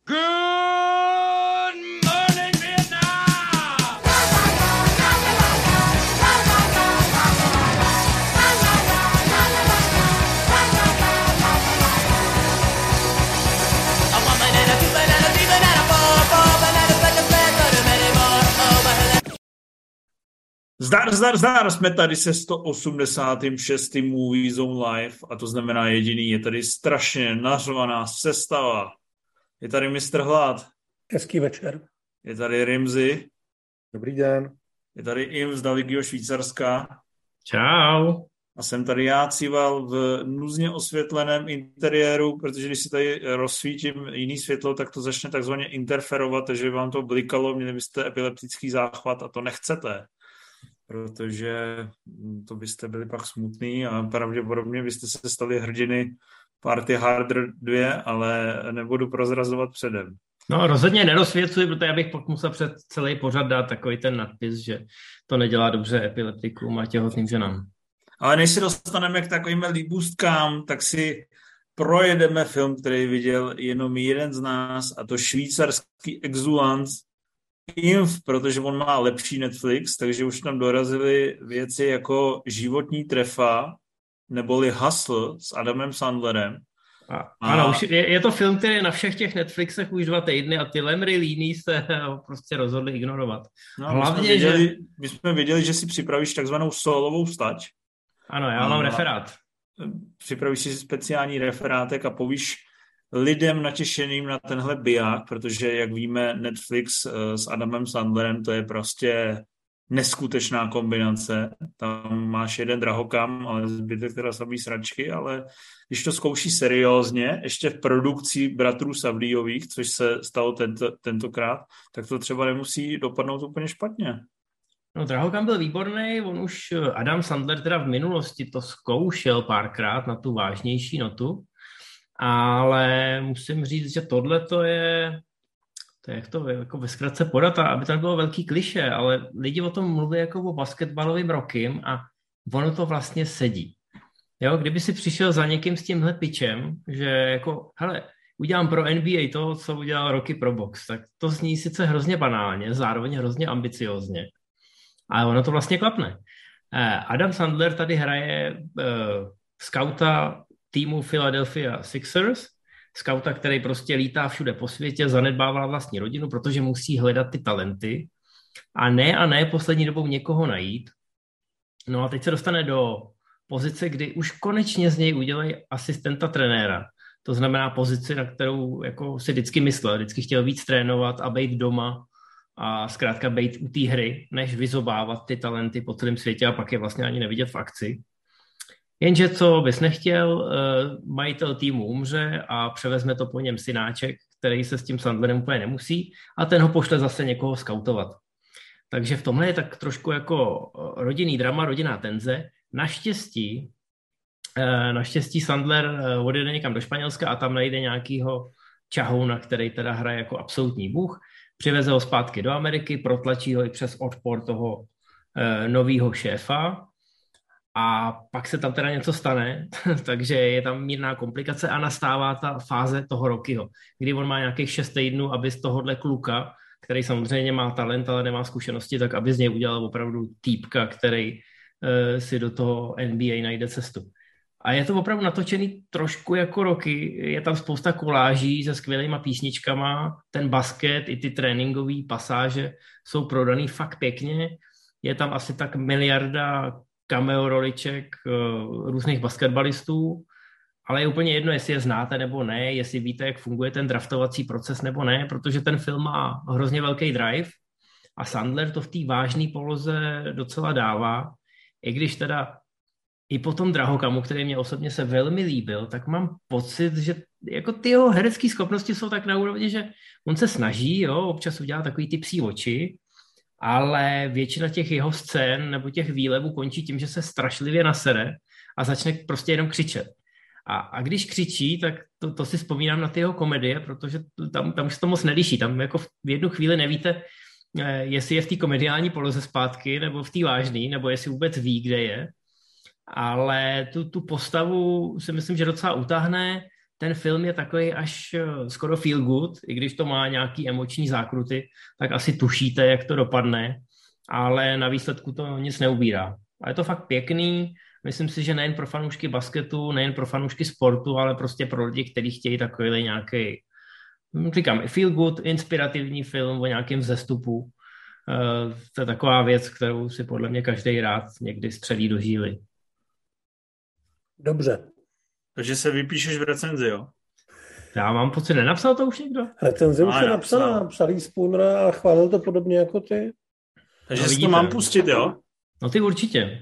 Good morning, Vietnam! A one banana, two banana, three banana, four bananas, like a flat, but many more. Oh, my. Zdar, jsme tady se 186. Movie Zone Live a to znamená jediný, je tady strašně nařvaná sestava. Je tady Mr. Hlad. Hezký večer. Je tady Rimzy. Dobrý den. Je tady Im z Daligio Švýcarska. Čau. A jsem tady já, Cival, v nuzně osvětleném interiéru, protože když si tady rozsvítím jiný světlo, tak to začne takzvaně interferovat, takže vám to blikalo, měli byste epileptický záchvat a to nechcete, protože to byste byli pak smutný a pravděpodobně byste se stali hrdiny Party Harder 2, ale nebudu prozrazovat předem. No rozhodně nerozsvěcuji, protože já bych pak musel před celý pořad dát takový ten nadpis, že to nedělá dobře epileptikům a těhotným ženám. Ale než se dostaneme k takovým líbůstkám, tak si projedeme film, který viděl jenom jeden z nás, a to švýcarský exulans Inf, protože on má lepší Netflix, takže už tam dorazily věci jako Životní trefa neboli Hustle s Adamem Sandlerem. Ano, už je to film, který je na všech těch Netflixech už 2 týdny a ty lemry líní se ho prostě rozhodli ignorovat. No, hlavně, my jsme věděli, že si připravíš takzvanou solovou stať. Ano, já mám referát. Připravíš si speciální referátek a povíš lidem natěšeným na tenhle biják, protože, jak víme, Netflix s Adamem Sandlerem, to je prostě neskutečná kombinace. Tam máš jeden drahokam, ale zbytek teda samý sračky, ale když to zkouší seriózně, ještě v produkci bratrů Savdijových, což se stalo tentokrát, tak to třeba nemusí dopadnout úplně špatně. No, drahokam byl výborný, on už Adam Sandler teda v minulosti to zkoušel párkrát na tu vážnější notu, ale musím říct, že tohle to je jak to jako ve zkratce podat, aby tam bylo velký klišé, ale lidi o tom mluví jako o basketbalovým rokem a ono to vlastně sedí. Jo, kdyby si přišel za někým s tímhle pitchem, že jako, hele, udělám pro NBA to, co udělal Rocky pro box, tak to zní sice hrozně banálně, zároveň hrozně ambiciozně, ale ono to vlastně klapne. Adam Sandler tady hraje skauta týmu Philadelphia Sixers, skauta, který prostě lítá všude po světě, zanedbává vlastní rodinu, protože musí hledat ty talenty a ne poslední dobou někoho najít. No a teď se dostane do pozice, kdy už konečně z něj udělají asistenta trenéra. To znamená pozici, na kterou jako si vždycky myslel, vždycky chtěl víc trénovat a být doma a zkrátka být u té hry, než vyzobávat ty talenty po celém světě a pak je vlastně ani nevidět v akci. Jenže co bys nechtěl, majitel týmu umře a převezme to po něm synáček, který se s tím Sandlerem úplně nemusí a ten ho pošle zase někoho skautovat. Takže v tomhle je tak trošku jako rodinný drama, rodinná tenze. Naštěstí Sandler odjede někam do Španělska a tam najde nějakýho čahouna, který teda hraje jako absolutní bůh, přiveze ho zpátky do Ameriky, protlačí ho i přes odpor toho nového šéfa. A pak se tam teda něco stane, takže je tam mírná komplikace a nastává ta fáze toho Rockyho, kdy on má nějakých 6 týdnů, aby z tohohle kluka, který samozřejmě má talent, ale nemá zkušenosti, tak aby z něj udělal opravdu týpka, který si do toho NBA najde cestu. A je to opravdu natočený trošku jako Rocky, je tam spousta koláží se skvělýma písničkama, ten basket i ty tréninkové pasáže jsou prodaný fakt pěkně, je tam asi tak 1 miliarda cameo roliček různých basketbalistů, ale je úplně jedno, jestli je znáte nebo ne, jestli víte, jak funguje ten draftovací proces nebo ne, protože ten film má hrozně velký drive a Sandler to v té vážné poloze docela dává, i když teda i po tom drahokamu, který mě osobně se velmi líbil, tak mám pocit, že jako ty jeho herecké schopnosti jsou tak na úrovni, že on se snaží, jo, občas udělá takový ty psí oči, ale většina těch jeho scén nebo těch výlevů končí tím, že se strašlivě nasere a začne prostě jenom křičet. A když křičí, tak to si vzpomínám na ty jeho komedie, protože tam už se to moc neliší. Tam jako v jednu chvíli nevíte, jestli je v té komediální poloze zpátky, nebo v té vážný, nebo jestli vůbec ví, kde je. Ale tu postavu si myslím, že docela utáhne. ten film je takový až skoro feel good, i když to má nějaký emoční zákruty, tak asi tušíte, jak to dopadne, ale na výsledku to nic neubírá. A je to fakt pěkný, myslím si, že nejen pro fanoušky basketu, nejen pro fanoušky sportu, ale prostě pro lidi, kteří chtějí takový nějaký, říkám, feel good, inspirativní film o nějakém vzestupu. To je taková věc, kterou si podle mě každý rád někdy střelí do žíly. Dobře. Takže se vypíšeš v recenzi, jo? Já mám pocit, nenapsal to už někdo? Recenzi už je napsaná, napsal jí Spooner a chválil to podobně jako ty. Takže si to mám pustit, jo? No ty určitě.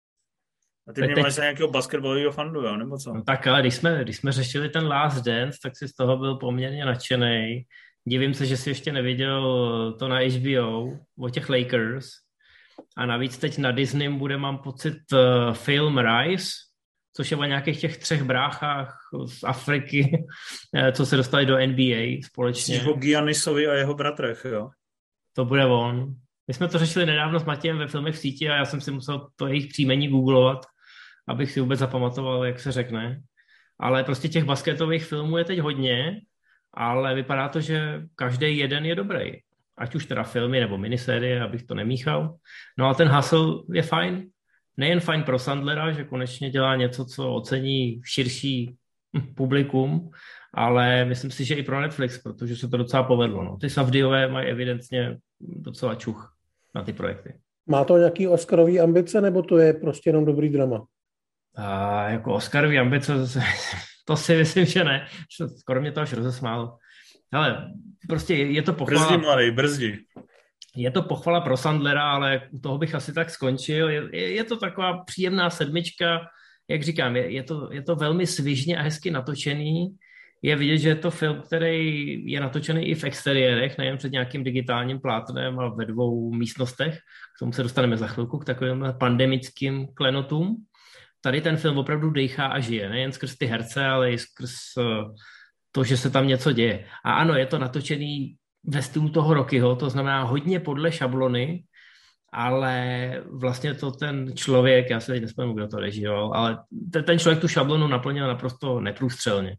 A ty mě máš za nějakého basketbalového fandu, jo? Nebo co? No tak ale když jsme řešili ten Last Dance, tak si z toho byl poměrně nadšenej. Divím se, že jsi ještě neviděl to na HBO o těch Lakers. A navíc teď na Disney bude, mám pocit, film Rise, což je o nějakých těch 3 bráchách z Afriky, co se dostali do NBA společně. O Giannisovi a jeho bratrech, jo? To bude on. My jsme to řešili nedávno s Matějem ve Filmech v síti a já jsem si musel to jejich příjmení googlovat, abych si vůbec zapamatoval, jak se řekne. Ale prostě těch basketových filmů je teď hodně, ale vypadá to, že každý jeden je dobrý. Ať už teda filmy nebo minisérie, abych to nemíchal. No a ten Hustle je fajn. Nejen fajn pro Sandlera, že konečně dělá něco, co ocení širší publikum, ale myslím si, že i pro Netflix, protože se to docela povedlo. No. Ty Safdieové mají evidentně docela čuch na ty projekty. Má to nějaký Oscarový ambice, nebo to je prostě jenom dobrý drama? A jako Oscarový ambice, to si myslím, že ne. Skoro mě to až rozesmálo. Hele, prostě je to pochvala... Brzdi, mladý, brzdi. Je to pochvala pro Sandlera, ale u toho bych asi tak skončil. Je to taková příjemná sedmička, jak říkám, je to velmi svižně a hezky natočený. Je vidět, že je to film, který je natočený i v exteriérech, nejen před nějakým digitálním plátnem a ve 2 místnostech. K tomu se dostaneme za chvilku, k takovým pandemickým klenotům. Tady ten film opravdu dejchá a žije, nejen skrz ty herce, ale i skrz to, že se tam něco děje. A ano, je to natočený ve stylu toho Rockyho, to znamená hodně podle šablony, ale vlastně to ten člověk, já se teď nespomenu, kdo to režíroval, ale ten člověk tu šablonu naplnil naprosto neprůstřelně.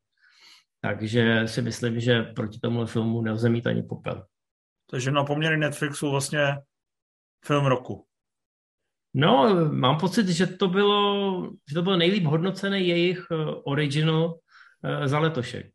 Takže si myslím, že proti tomu filmu nelze mít ani popel. Takže na poměry Netflixu vlastně film roku. No, mám pocit, že to byl nejlíp hodnocený jejich original za letošek.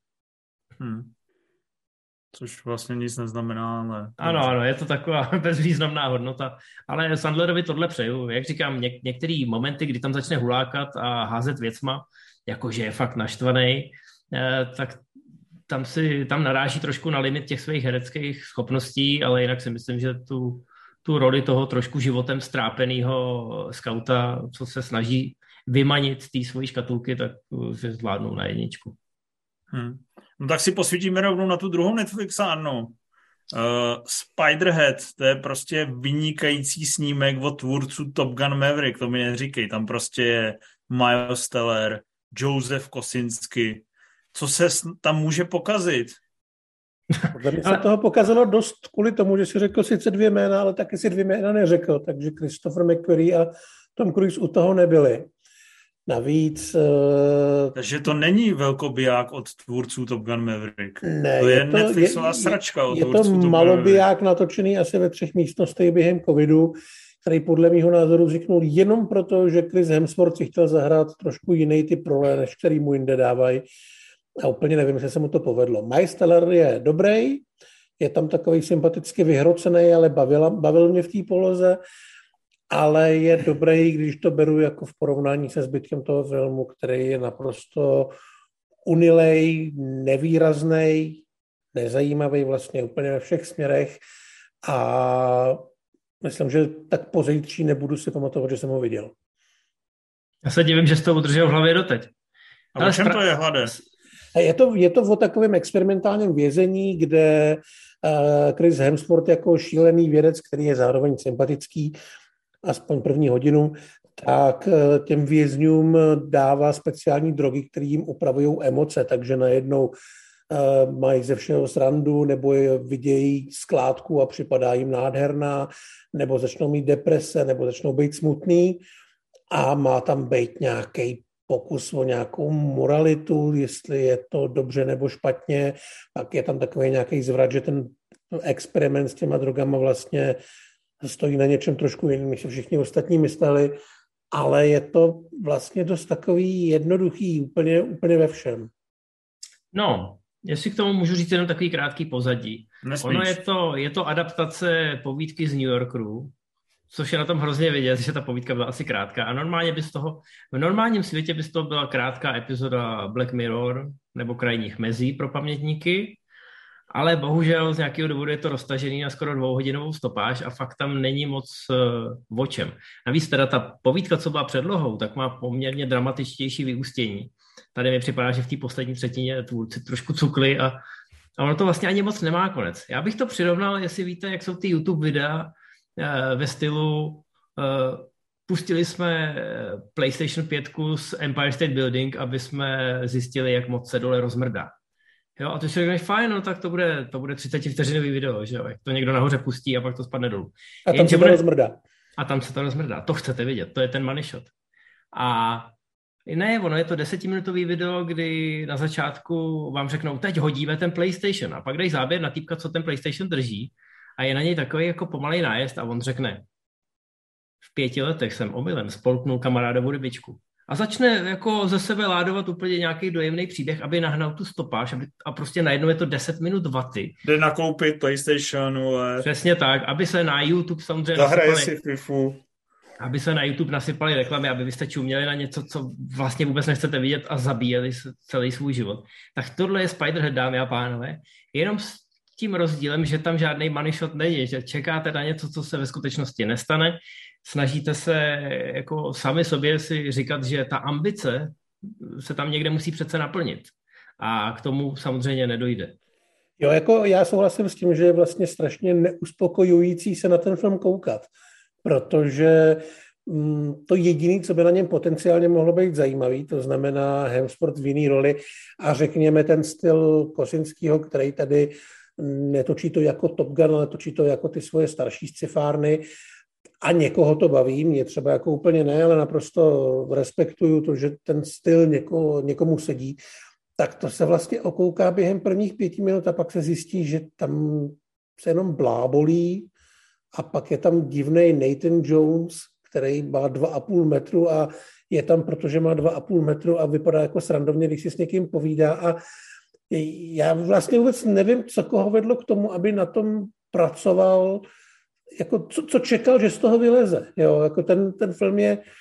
Což vlastně nic neznamená, ale... Ano, je to taková bezvýznamná hodnota, ale Sandlerovi tohle přeju. Jak říkám, některé momenty, kdy tam začne hulákat a házet věcma, jakože je fakt naštvaný, tak tam naráží trošku na limit těch svých hereckých schopností, ale jinak si myslím, že tu roli toho trošku životem strápeného skauta, co se snaží vymanit z té svojí škatulky, tak že zvládnou na jedničku. No tak si posvítíme rovnou na tu druhou Netflixárnu. Spiderhead, to je prostě vynikající snímek od tvůrců Top Gun Maverick, to mi neříkej, tam prostě je Miles Teller, Joseph Kosinski. Co se tam může pokazit? Podle mě se toho pokazalo dost kvůli tomu, že si řekl sice 2 jména, ale taky si 2 jména neřekl, takže Christopher McQuarrie a Tom Cruise u toho nebyli. Navíc... Takže to není velkobiják od tvůrců Top Gun Maverick. Ne, to je Netflixová sračka od tvůrců Top Gun Maverick. Je to malobiják natočený asi ve 3 místnostech během covidu, který podle mého názoru vzniknul jenom proto, že Chris Hemsworth si chtěl zahrát trošku jiný typ role, než který mu jinde dávají. A úplně nevím, jestli se mu to povedlo. Miles Teller je dobrý, je tam takový sympaticky vyhrocený, ale bavil mě v té poloze, ale je dobrý, když to beru jako v porovnání se zbytkem toho filmu, který je naprosto unilej, nevýrazný, nezajímavý vlastně úplně ve všech směrech a myslím, že tak pozítří nebudu si pamatovat, že jsem ho viděl. Já se divím, že jsi to udržel v hlavě doteď. A o čem to je, Hlade? Je to o takovém experimentálním vězení, kde Chris Hemsworth jako šílený vědec, který je zároveň sympatický, aspoň první hodinu, tak těm vězňům dává speciální drogy, které jim upravují emoce, takže najednou mají ze všeho srandu, nebo vidějí skládku a připadá jim nádherná, nebo začnou mít deprese, nebo začnou být smutný a má tam být nějaký pokus o nějakou moralitu, jestli je to dobře nebo špatně. Pak je tam takový nějaký zvrat, že ten experiment s těma drogama vlastně stojí na něčem trošku jiným, než všichni ostatní mysleli, ale je to vlastně dost takový jednoduchý, úplně ve všem. No, jestli k tomu můžu říct jenom takový krátký pozadí. Nesmíš. Ono je to adaptace povídky z New Yorkeru, což je na tom hrozně vidět, že ta povídka byla asi krátká. A v normálním světě by z toho byla krátká epizoda Black Mirror nebo Krajních mezí pro pamětníky, ale bohužel z nějakého důvodu je to roztažený na skoro 2hodinovou stopáž a fakt tam není moc o čem. Navíc teda ta povídka, co byla předlohou, tak má poměrně dramatičtější vyústění. Tady mi připadá, že v té poslední třetině tvůrci trošku cukli a ono to vlastně ani moc nemá konec. Já bych to přirovnal, jestli víte, jak jsou ty YouTube videa ve stylu pustili jsme PlayStation 5 z Empire State Building, aby jsme zjistili, jak moc se dole rozmrdá. Jo, a to si řekneš, fajn, no tak to bude 30 vteřinový video, že jo, jak to někdo nahoře pustí a pak to spadne dolů. A tam se to rozmrdá. A tam se to rozmrdá, to chcete vidět, to je ten money shot. A ne, ono je to 10minutový video, kdy na začátku vám řeknou, teď hodíme ten PlayStation a pak dají záběr na týpka, co ten PlayStation drží a je na něj takový jako pomalej nájezd a on řekne, v 5 letech jsem omylem spolknul kamarádovu rybičku. A začne jako ze sebe ládovat úplně nějaký dojemný příběh, aby nahnal tu stopáž a prostě najednou je to 10 minut vaty. Jde nakoupit PlayStation, ale... Přesně tak, aby se na YouTube samozřejmě zahraje si FIFU. Aby se na YouTube nasypaly reklamy, aby vy jste čuměli na něco, co vlastně vůbec nechcete vidět a zabíjeli celý svůj život. Tak tohle je Spiderhead, dámy a pánové. Jenom s tím rozdílem, že tam žádný money shot není, že čekáte na něco, co se ve skutečnosti nestane. Snažíte se jako sami sobě si říkat, že ta ambice se tam někde musí přece naplnit. A k tomu samozřejmě nedojde. Jo, jako já souhlasím s tím, že je vlastně strašně neuspokojující se na ten film koukat, protože to jediné, co by na něm potenciálně mohlo být zajímavý, to znamená Hemsworth v jiný roli a řekněme ten styl Kosinského, který tady netočí to jako Top Gun, ale točí to jako ty svoje starší scifárny a někoho to baví, mě třeba jako úplně ne, ale naprosto respektuju to, že ten styl někomu sedí, tak to se vlastně okouká během prvních 5 minut a pak se zjistí, že tam se jenom blábolí a pak je tam divnej Nathan Jones, který má 2,5 metru a je tam, protože má 2,5 metru a vypadá jako srandovně, když si s někým povídá a já vlastně vůbec nevím, co koho vedlo k tomu, aby na tom pracoval, jako co čekal, že z toho vyleze. Jo, jako ten film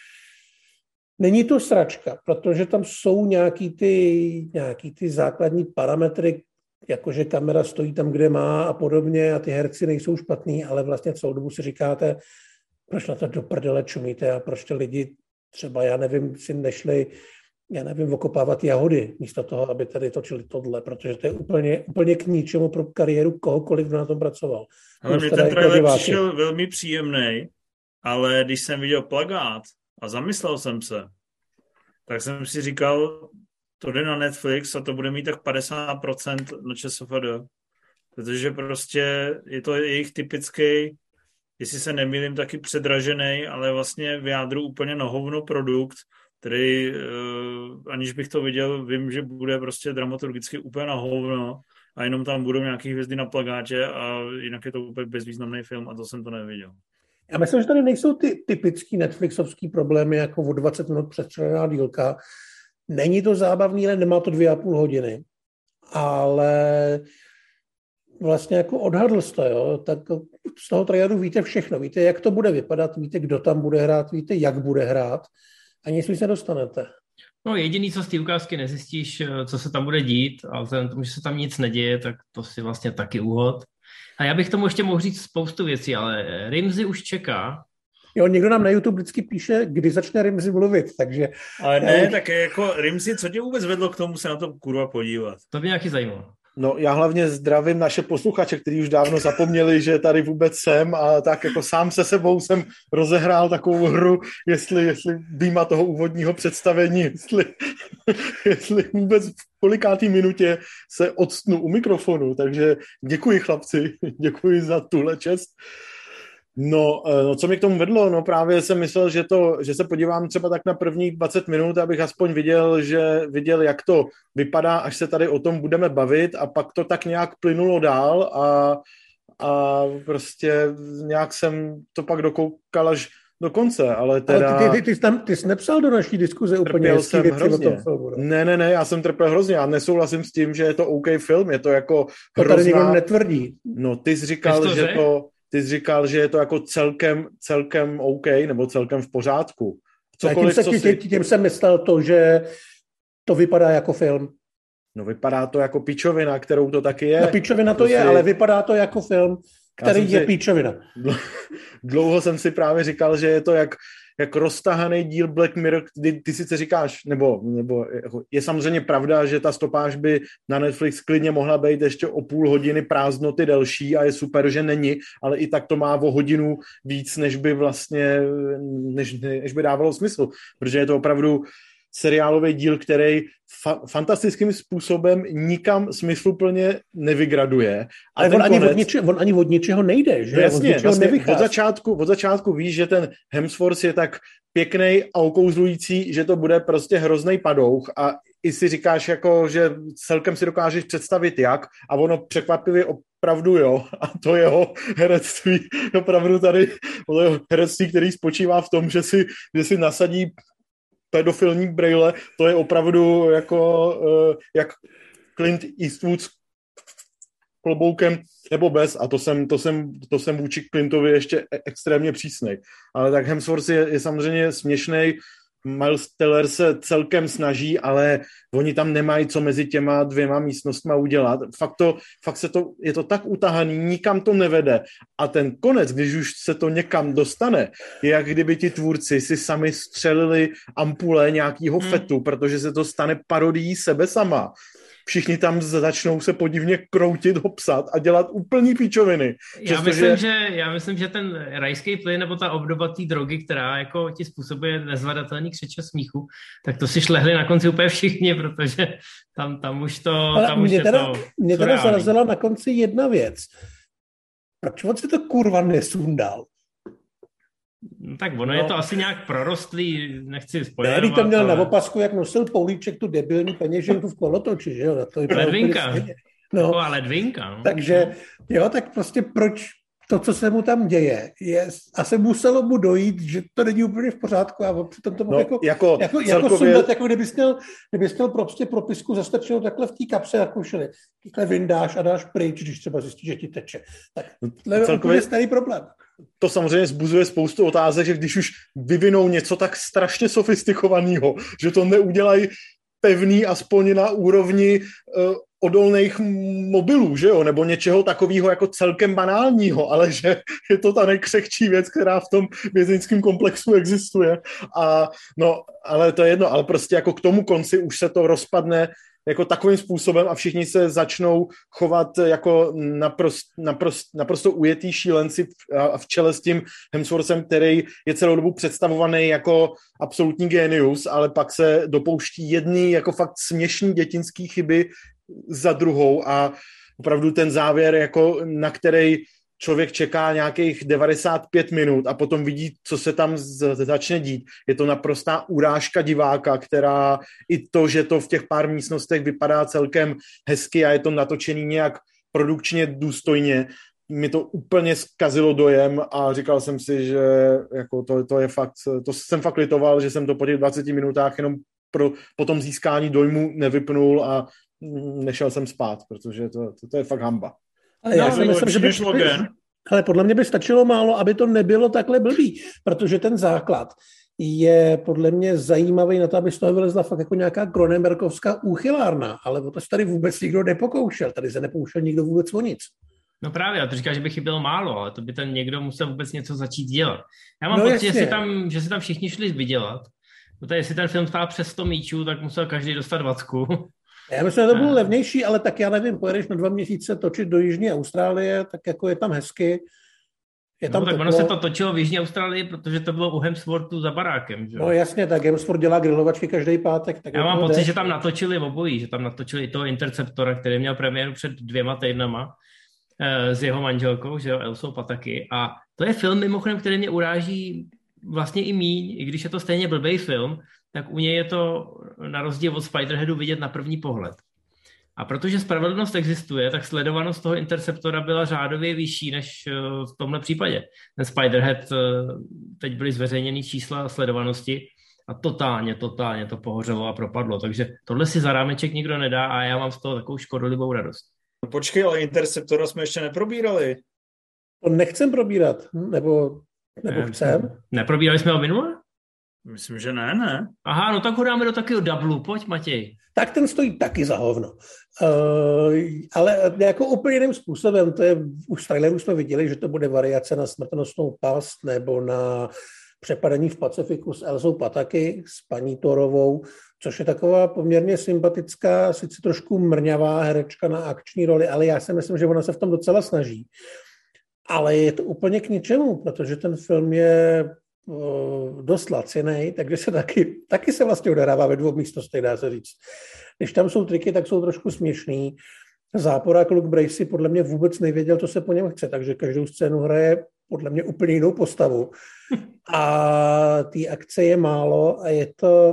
není to sračka, protože tam jsou nějaký ty základní parametry, jakože kamera stojí tam, kde má a podobně a ty herci nejsou špatný, ale vlastně celou dobu si říkáte, proč na to do prdele čumíte a proč ty lidi třeba, já nevím, si nešli, okopávat jahody místo toho, aby tady točili tohle, protože to je úplně k ničemu pro kariéru kohokoliv, kdo na tom pracoval. Ale mě ten trailer přišel velmi příjemný, ale když jsem viděl plakát a zamyslel jsem se, tak jsem si říkal, to jde na Netflix a to bude mít tak 50% na ČSFD, protože prostě je to jejich typický, jestli se nemýlím, taky předražený, ale vlastně v jádru úplně na hovno produkt, který, aniž bych to viděl, vím, že bude prostě dramaturgicky úplně na hovno a jenom tam budou nějaký hvězdy na plakátě a jinak je to úplně bezvýznamný film a to jsem to neviděl. Já myslím, že tady nejsou ty typický netflixovský problémy jako o 20 minut přestřelená dílka. Není to zábavný, ale nemá to 2,5 hodiny. Ale vlastně jako odhadl jsi to, jo? Tak z toho traileru víte všechno. Víte, jak to bude vypadat, víte, kdo tam bude hrát, víte, jak bude hrát a nic se nedostanete. No jediný, co z té ukázky nezjistíš, co se tam bude dít, a vzhledem tomu, že se tam nic neděje, tak to si vlastně taky úhod. A já bych tomu ještě mohl říct spoustu věcí, ale Rimzi už čeká. Jo, někdo nám na YouTube vždycky píše, kdy začne Rimzi mluvit, takže... Ale ne, tak jako Rimzi, co tě vůbec vedlo k tomu se na to kurva podívat? To by nějaký zajímalo. No, já hlavně zdravím naše posluchače, kteří už dávno zapomněli, že tady vůbec jsem a tak jako sám se sebou jsem rozehrál takovou hru, jestli výjima toho úvodního představení, jestli vůbec v kolikátý minutě se odstnu u mikrofonu, takže děkuji chlapci, děkuji za tuhle čest. No, co mě k tomu vedlo? No právě jsem myslel, že se podívám třeba tak na první 20 minut, abych aspoň viděl, jak to vypadá, až se tady o tom budeme bavit, a pak to tak nějak plynulo dál a prostě nějak jsem to pak dokoukal až do konce, ale teda... Ale ty jsi nepsal do naší diskuze úplně hezký věci o tom filmu. Ne, já jsem trpěl hrozně. Já nesouhlasím s tím, že je to OK film, je to jako hrozná... To tady nikdo netvrdí. No, ty jsi říkal, že je to jako celkem OK, nebo celkem v pořádku. Tím jsem myslel to, že to vypadá jako film. No, vypadá to jako píčovina, kterou to taky je. No, píčovina to je, ale vypadá to jako film, který je píčovina. Dlouho jsem si právě říkal, že je to jak roztahaný díl Black Mirror, kdy ty sice říkáš, nebo je samozřejmě pravda, že ta stopáž by na Netflix klidně mohla být ještě o půl hodiny prázdnoty delší a je super, že není, ale i tak to má o hodinu víc, než by vlastně, než by dávalo smysl, protože je to opravdu seriálový díl, který fantastickým způsobem nikam smysluplně nevygraduje. Ale on ani od ničeho nejde, že? Jasně, vlastně od začátku víš, že ten Hemsworth je tak pěknej a okouzlující, že to bude prostě hrozný padouch, a i si říkáš, jako, že celkem si dokážeš představit jak, a ono překvapivě opravdu jo, a to jeho herectví, opravdu tady, to jeho herectví, který spočívá v tom, že si nasadí pedofilní brejle, to je opravdu jako jak Clint Eastwood s kloboukem nebo bez, a to jsem vůči Clintovi ještě extrémně přísnej. Ale tak Hemsworth je samozřejmě směšnej, Miles Teller se celkem snaží, ale oni tam nemají co mezi těma dvěma místnostma udělat. Je to tak utahaný, nikam to nevede. A ten konec, když už se to někam dostane, je jak kdyby ti tvůrci si sami střelili ampule nějakýho fetu, protože se to stane parodií sebe sama. Všichni tam začnou se podivně kroutit, hopsat a dělat úplný píčoviny. Já myslím, že ten rajský plyn nebo ta obdoba té drogy, která jako ti způsobuje nezvladatelný křeč a smíchu, tak to si šlehli na konci úplně všichni, protože tam už to... Ale mě teda zarazila na konci jedna věc. Proč on si to kurva nesundal? No tak ono je to asi nějak prorostlý, nechci spoilerovat. Ne, to měl na opasku, jak nosil Poulíček tu debilní peněženku v kolotoči, že jo? To ledvinka. Taková ledvinka. No. Takže, jo, tak prostě proč to, co se mu tam děje, asi muselo mu dojít, že to není úplně v pořádku, a přitom to mohl jako sundat, jako kdybys měl prostě propisku zastrčenou takhle v té kapse, jako šli. Takhle vyndáš a dáš pryč, když třeba zjistíš, že ti teče. Tak to je úplně starý problém. To samozřejmě zbuzuje spoustu otázek, že když už vyvinou něco tak strašně sofistikovaného, že to neudělají pevný aspoň na úrovni odolných mobilů, že jo, nebo něčeho takového jako celkem banálního, ale že je to ta nejkřehčí věc, která v tom vězeňském komplexu existuje. A no, ale to je jedno, ale prostě jako k tomu konci už se to rozpadne jako takovým způsobem a všichni se začnou chovat jako naprosto ujetý šílenci v čele s tím Hemsworthem, který je celou dobu představovaný jako absolutní génius, ale pak se dopouští jedny jako fakt směšný dětinský chyby za druhou a opravdu ten závěr, jako na který člověk čeká nějakých 95 minut a potom vidí, co se tam začne dít. Je to naprostá urážka diváka, která i to, že to v těch pár místnostech vypadá celkem hezky a je to natočený nějak produkčně důstojně, mi to úplně zkazilo dojem a říkal jsem si, že jako to je fakt, to jsem fakt litoval, že jsem to po těch 20 minutách jenom po tom získání dojmu nevypnul a nešel jsem spát, protože to je fakt hamba. Ale já si myslím, že ale podle mě by stačilo málo, aby to nebylo takhle blbý, protože ten základ je podle mě zajímavý na to, aby z toho vylezla fakt jako nějaká Cronenbergovská úchylárna, ale o to se tady vůbec nikdo nepokoušel, tady se nepoušel nikdo vůbec o nic. No právě, a to říkáš, že by chybělo málo, ale to by ten někdo musel vůbec něco začít dělat. Já mám pocit, že si tam všichni šli vydělat, protože jestli ten film stál přes 100 míčů, tak musel každý dostat 20. Já myslím, že to bylo levnější, ale tak já nevím, pojedeš na 2 měsíce točit do Jižní Austrálie, tak jako je tam hezky. Tak ono se to točilo v Jižní Austrálii, protože to bylo u Hemsworthu za barákem. Že? No jasně, tak Hemsworth dělá grilovačky každý pátek. Tak já mám pocit, že tam natočili obojí, že tam natočili toho Interceptora, který měl premiéru před 2 týdnama s jeho manželkou, že jo, Elsou Pataki, a To je film mimochodem, který mě uráží vlastně i míň, i když je to stejně blbej film, tak u něj je to na rozdíl od Spiderheadu vidět na první pohled. A protože spravedlnost existuje, tak sledovanost toho Interceptora byla řádově vyšší než v tomhle případě. Ten Spiderhead, teď byly zveřejněný čísla sledovanosti a totálně to pohořelo a propadlo. Takže tohle si za rámeček nikdo nedá a já mám z toho takovou škodolivou radost. No počkej, ale Interceptora jsme ještě neprobírali. To nechcem probírat, nebo chcem? Neprobírali jsme ho minule? Myslím, že ne. Aha, no tak ho dáme do takového dublu. Pojď, Matěj. Tak ten stojí taky za hovno. Ale jako úplně jiným způsobem, to je, už z traileru jsme viděli, že to bude variace na Smrtonosnou past nebo na Přepadení v Pacifiku s Elzou Pataky, s paní Thorovou, což je taková poměrně sympatická, sice trošku mrňavá herečka na akční roli, ale já si myslím, že ona se v tom docela snaží. Ale je to úplně k ničemu, protože ten film je dost lacinej, takže se taky se vlastně odehrává ve 2 místnostech, dá se říct. Když tam jsou triky, tak jsou trošku směšný. Záporák Luke Bracey podle mě vůbec nevěděl, co se po něm chce, takže každou scénu hraje podle mě úplně jinou postavu. A té akce je málo a je to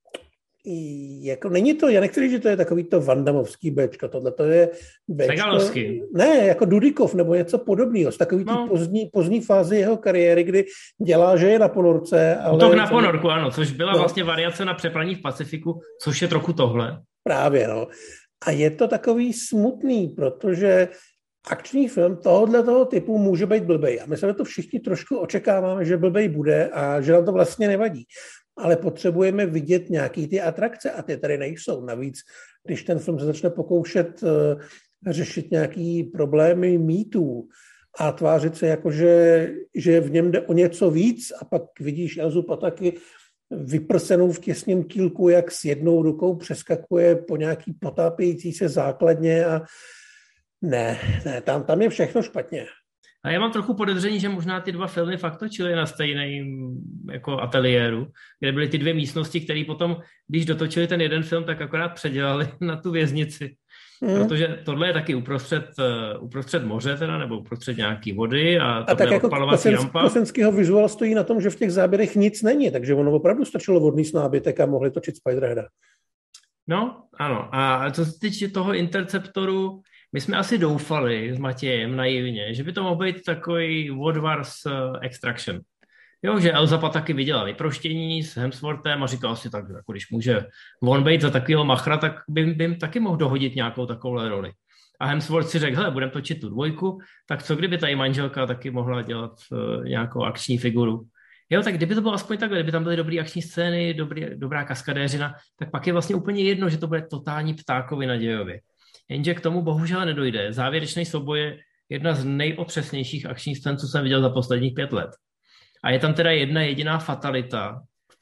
jako není to, já nechci říct, že to je takový to Vandamovský béčko, tohle to je béčko, ne, jako Dudikov nebo něco podobného, z takový pozdní fázi jeho kariéry, kdy dělá, že je na ponorce. Ale to na ponorku, ano, což byla vlastně variace na Přepadení v Pacifiku, což je trochu tohle. Právě, no. A je to takový smutný, protože akční film tohoto typu může být blbej. A my se to všichni trošku očekáváme, že blbej bude a že nám to vlastně nevadí. Ale potřebujeme vidět nějaký ty atrakce a ty tady nejsou. Navíc, když ten film se začne pokoušet řešit nějaký problémy mýtů a tvářit se jako, že v něm jde o něco víc a pak vidíš Elzu Pataky vyprsenou v těsném kýlku, jak s jednou rukou přeskakuje po nějaký potápějící se základně a ne, tam je všechno špatně. A já mám trochu podezření, že možná ty 2 filmy fakt točily na stejném jako ateliéru, kde byly ty 2 místnosti, které potom, když dotočili ten jeden film, tak akorát předělali na tu věznici. Protože tohle je taky uprostřed moře teda, nebo uprostřed nějaký vody a to tak je jako odpalovací rampa. Kosenského vizuál stojí na tom, že v těch záběrech nic není, takže ono opravdu stačilo vodný nábytek a mohli točit Spiderheada. No, ano. A co se týče toho Interceptoru, my jsme asi doufali s Matějem naivně, že by to mohl být takový Woodward's Extraction. Jo, že Elza Pataky viděla vyproštění s Hemsworthem a říkala si tak, jako když může on být za takového machra, tak by jim taky mohl dohodit nějakou takovou roli. A Hemsworth si řekl, hele, budeme točit tu 2, tak co kdyby tady manželka taky mohla dělat nějakou akční figuru. Jo, tak kdyby to bylo aspoň takhle, kdyby tam byly dobré akční scény, dobrá kaskadéřina, tak pak je vlastně úplně jedno, že to bude totální ptákovina dějově. Jenže k tomu bohužel nedojde. Závěrečný souboj je jedna z nejotřesnějších akčních scén, co jsem viděl za posledních 5 let. A je tam teda jedna jediná fatalita,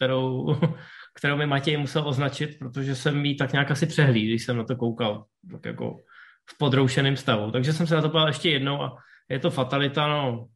kterou mi Matěj musel označit, protože jsem ji tak nějak asi přehlíd, když jsem na to koukal tak jako v podroušeném stavu. Takže jsem se na to podal ještě jednou a je to fatalita, no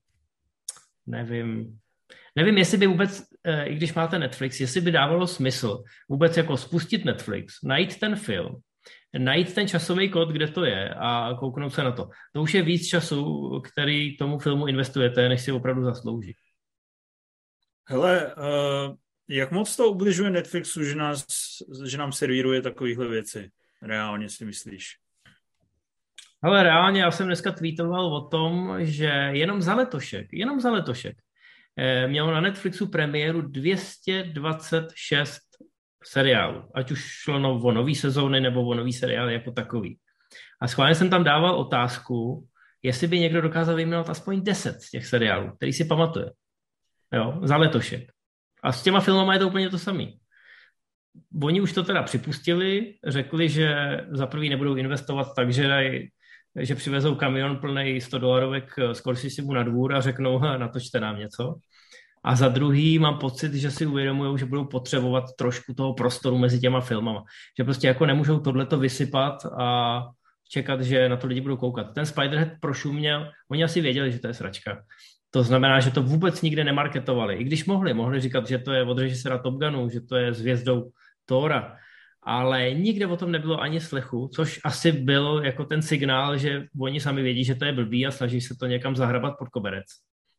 nevím, jestli by vůbec, i když máte Netflix, jestli by dávalo smysl vůbec jako spustit Netflix, najít ten film, najít ten časový kód, kde to je a kouknout se na to. To už je víc času, který tomu filmu investujete, než si opravdu zaslouží. Hele, jak moc to ubližuje Netflixu, že nám servíruje takovéhle věci? Reálně si myslíš? Hele, reálně já jsem dneska tweetoval o tom, že jenom za letošek mělo na Netflixu premiéru 226 seriálů, ať už šlo o nový sezóny nebo o nový seriál jako takový. A schválně jsem tam dával otázku, jestli by někdo dokázal vyjmenovat aspoň 10 z těch seriálů, který si pamatuje. Jo, za letošek. A s těma filmama je to úplně to samý. Oni už to teda připustili, řekli, že za prvý nebudou investovat tak, že přivezou kamion plnej $100 Scorsesemu na dvůr a řeknou, natočte nám něco. A za druhý mám pocit, že si uvědomují, že budou potřebovat trošku toho prostoru mezi těma filmama. Že prostě jako nemůžou tohleto vysypat a čekat, že na to lidi budou koukat. Ten Spiderhead prošuměl, oni asi věděli, že to je sračka. To znamená, že to vůbec nikde nemarketovali. I když mohli říkat, že to je od režiséra Top Gunu, že to je s hvězdou Thora. Ale nikde o tom nebylo ani slechu, což asi byl jako ten signál, že oni sami vědí, že to je blbý a snaží se to někam zahrabat pod koberec.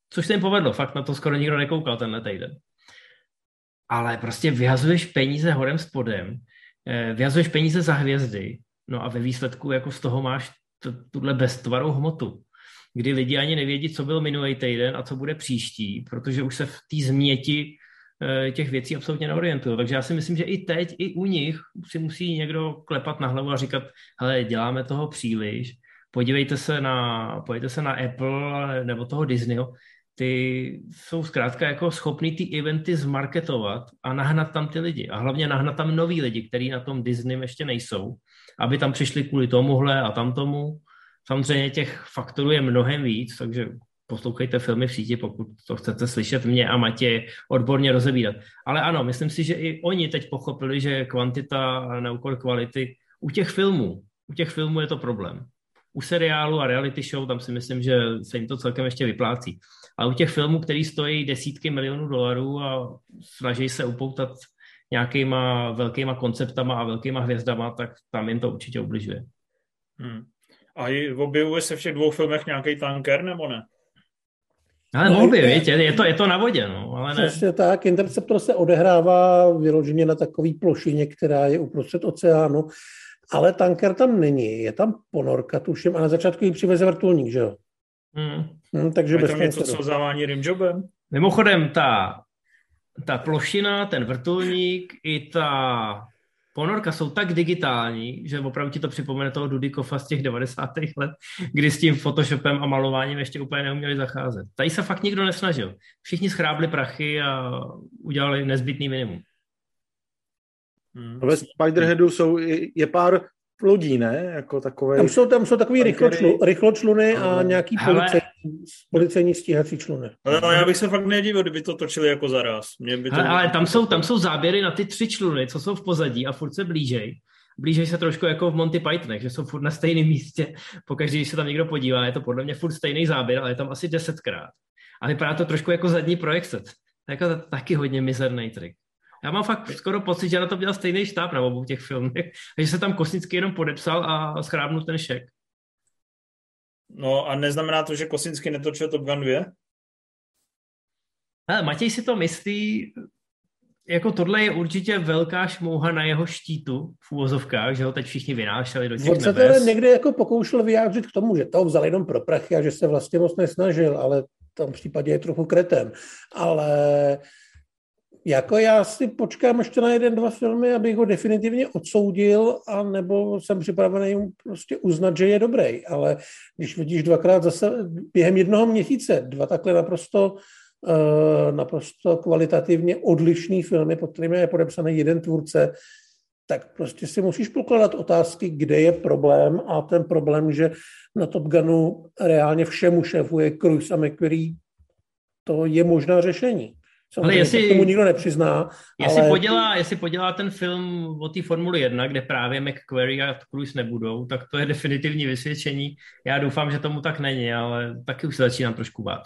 což se jim povedlo, fakt na to skoro nikdo nekoukal tenhle týden. Ale prostě vyhazuješ peníze horem spodem, vyhazuješ peníze za hvězdy, no a ve výsledku jako z toho máš tuhle beztvarou hmotu, kdy lidi ani nevědí, co byl minulý týden a co bude příští, protože už se v té změti těch věcí absolutně neorientují. Takže já si myslím, že i teď, i u nich si musí někdo klepat na hlavu a říkat, hele, děláme toho příliš, podívejte se na Apple nebo toho Disneyho, ty jsou zkrátka jako schopný ty eventy zmarketovat a nahnat tam ty lidi. A hlavně nahnat tam nový lidi, kteří na tom Disney ještě nejsou, aby tam přišli kvůli tomuhle a tamtomu. Samozřejmě těch faktorů je mnohem víc, takže poslouchejte filmy v síti, pokud to chcete slyšet mě a Matěje odborně rozebírat. Ale ano, myslím si, že i oni teď pochopili, že kvantita na úkor kvality u těch filmů je to problém. U seriálu a reality show, tam si myslím, že se jim to celkem ještě vyplácí. Ale u těch filmů, který stojí desítky milionů dolarů a snaží se upoutat nějakýma velkýma konceptama a velkýma hvězdama, tak tam jim to určitě ubližuje. A objevuje se v těch dvou filmech nějaký tanker, nebo ne? Ale mohl by, víte, je to na vodě, no, ale ne. Přesně tak, Interceptor se odehrává vyloženě na takový plošině, která je uprostřed oceánu, ale tanker tam není, je tam ponorka, tuším, a na začátku ji přiveze vrtulník, že jo? Takže je tam něco, co zavání rimjobem? Mimochodem, ta plošina, ten vrtulník i ta ponorka jsou tak digitální, že opravdu ti to připomene toho Dudikova z těch 90. let, kdy s tím Photoshopem a malováním ještě úplně neuměli zacházet. Tady se fakt nikdo nesnažil. Všichni schrábli prachy a udělali nezbytný minimum. Ve Spiderheadu je pár lodí, ne? Jako takové. Tam jsou takový rychločluny a nějaký policejní stíhací čluny. Ale já bych se fakt nedivil, kdyby to točili jako zaraz. Ale tam jsou záběry na ty 3 čluny, co jsou v pozadí a furt se blížej se trošku jako v Monty Pythonech, že jsou furt na stejném místě. Pokaždé, když se tam někdo podívá, je to podle mě furt stejný záběr, ale je tam asi 10krát. A vypadá to trošku jako zadní projekce. Jako taky hodně mizerný trik. Já mám fakt skoro pocit, že na to dělal stejný štáb na obou těch filmech, že se tam Kosnický jenom podepsal a schrábnul ten šek. No a neznamená to, že Kosnický netočil Top Gun 2? Ale Matěj si to myslí, jako tohle je určitě velká šmouha na jeho štítu v úvozovkách, že ho teď všichni vynášeli do těch nebes. On se teda někde jako pokoušel vyjádřit k tomu, že to vzal jenom pro prachy a že se vlastně moc nesnažil, ale v tom případě je trochu kretén. Ale jako já si počkám ještě na 1-2 filmy, abych ho definitivně odsoudil, a nebo jsem připravený jim prostě uznat, že je dobrý. Ale když vidíš 2krát zase během 1 měsíce 2 takhle naprosto kvalitativně odlišný filmy, pod kterými je podepsaný jeden tvůrce, tak prostě si musíš pokládat otázky, kde je problém, a ten problém, že na Top Gunu reálně všemu šéfuje Cruise a McQuarrie, to je možná řešení. Ale jestli tomu nikdo nepřizná. Jestli podělá ten film o té Formuli 1, kde právě McQuarrie a Cruise nebudou, tak to je definitivní vysvědčení. Já doufám, že tomu tak není, ale taky už se začínám trošku bát.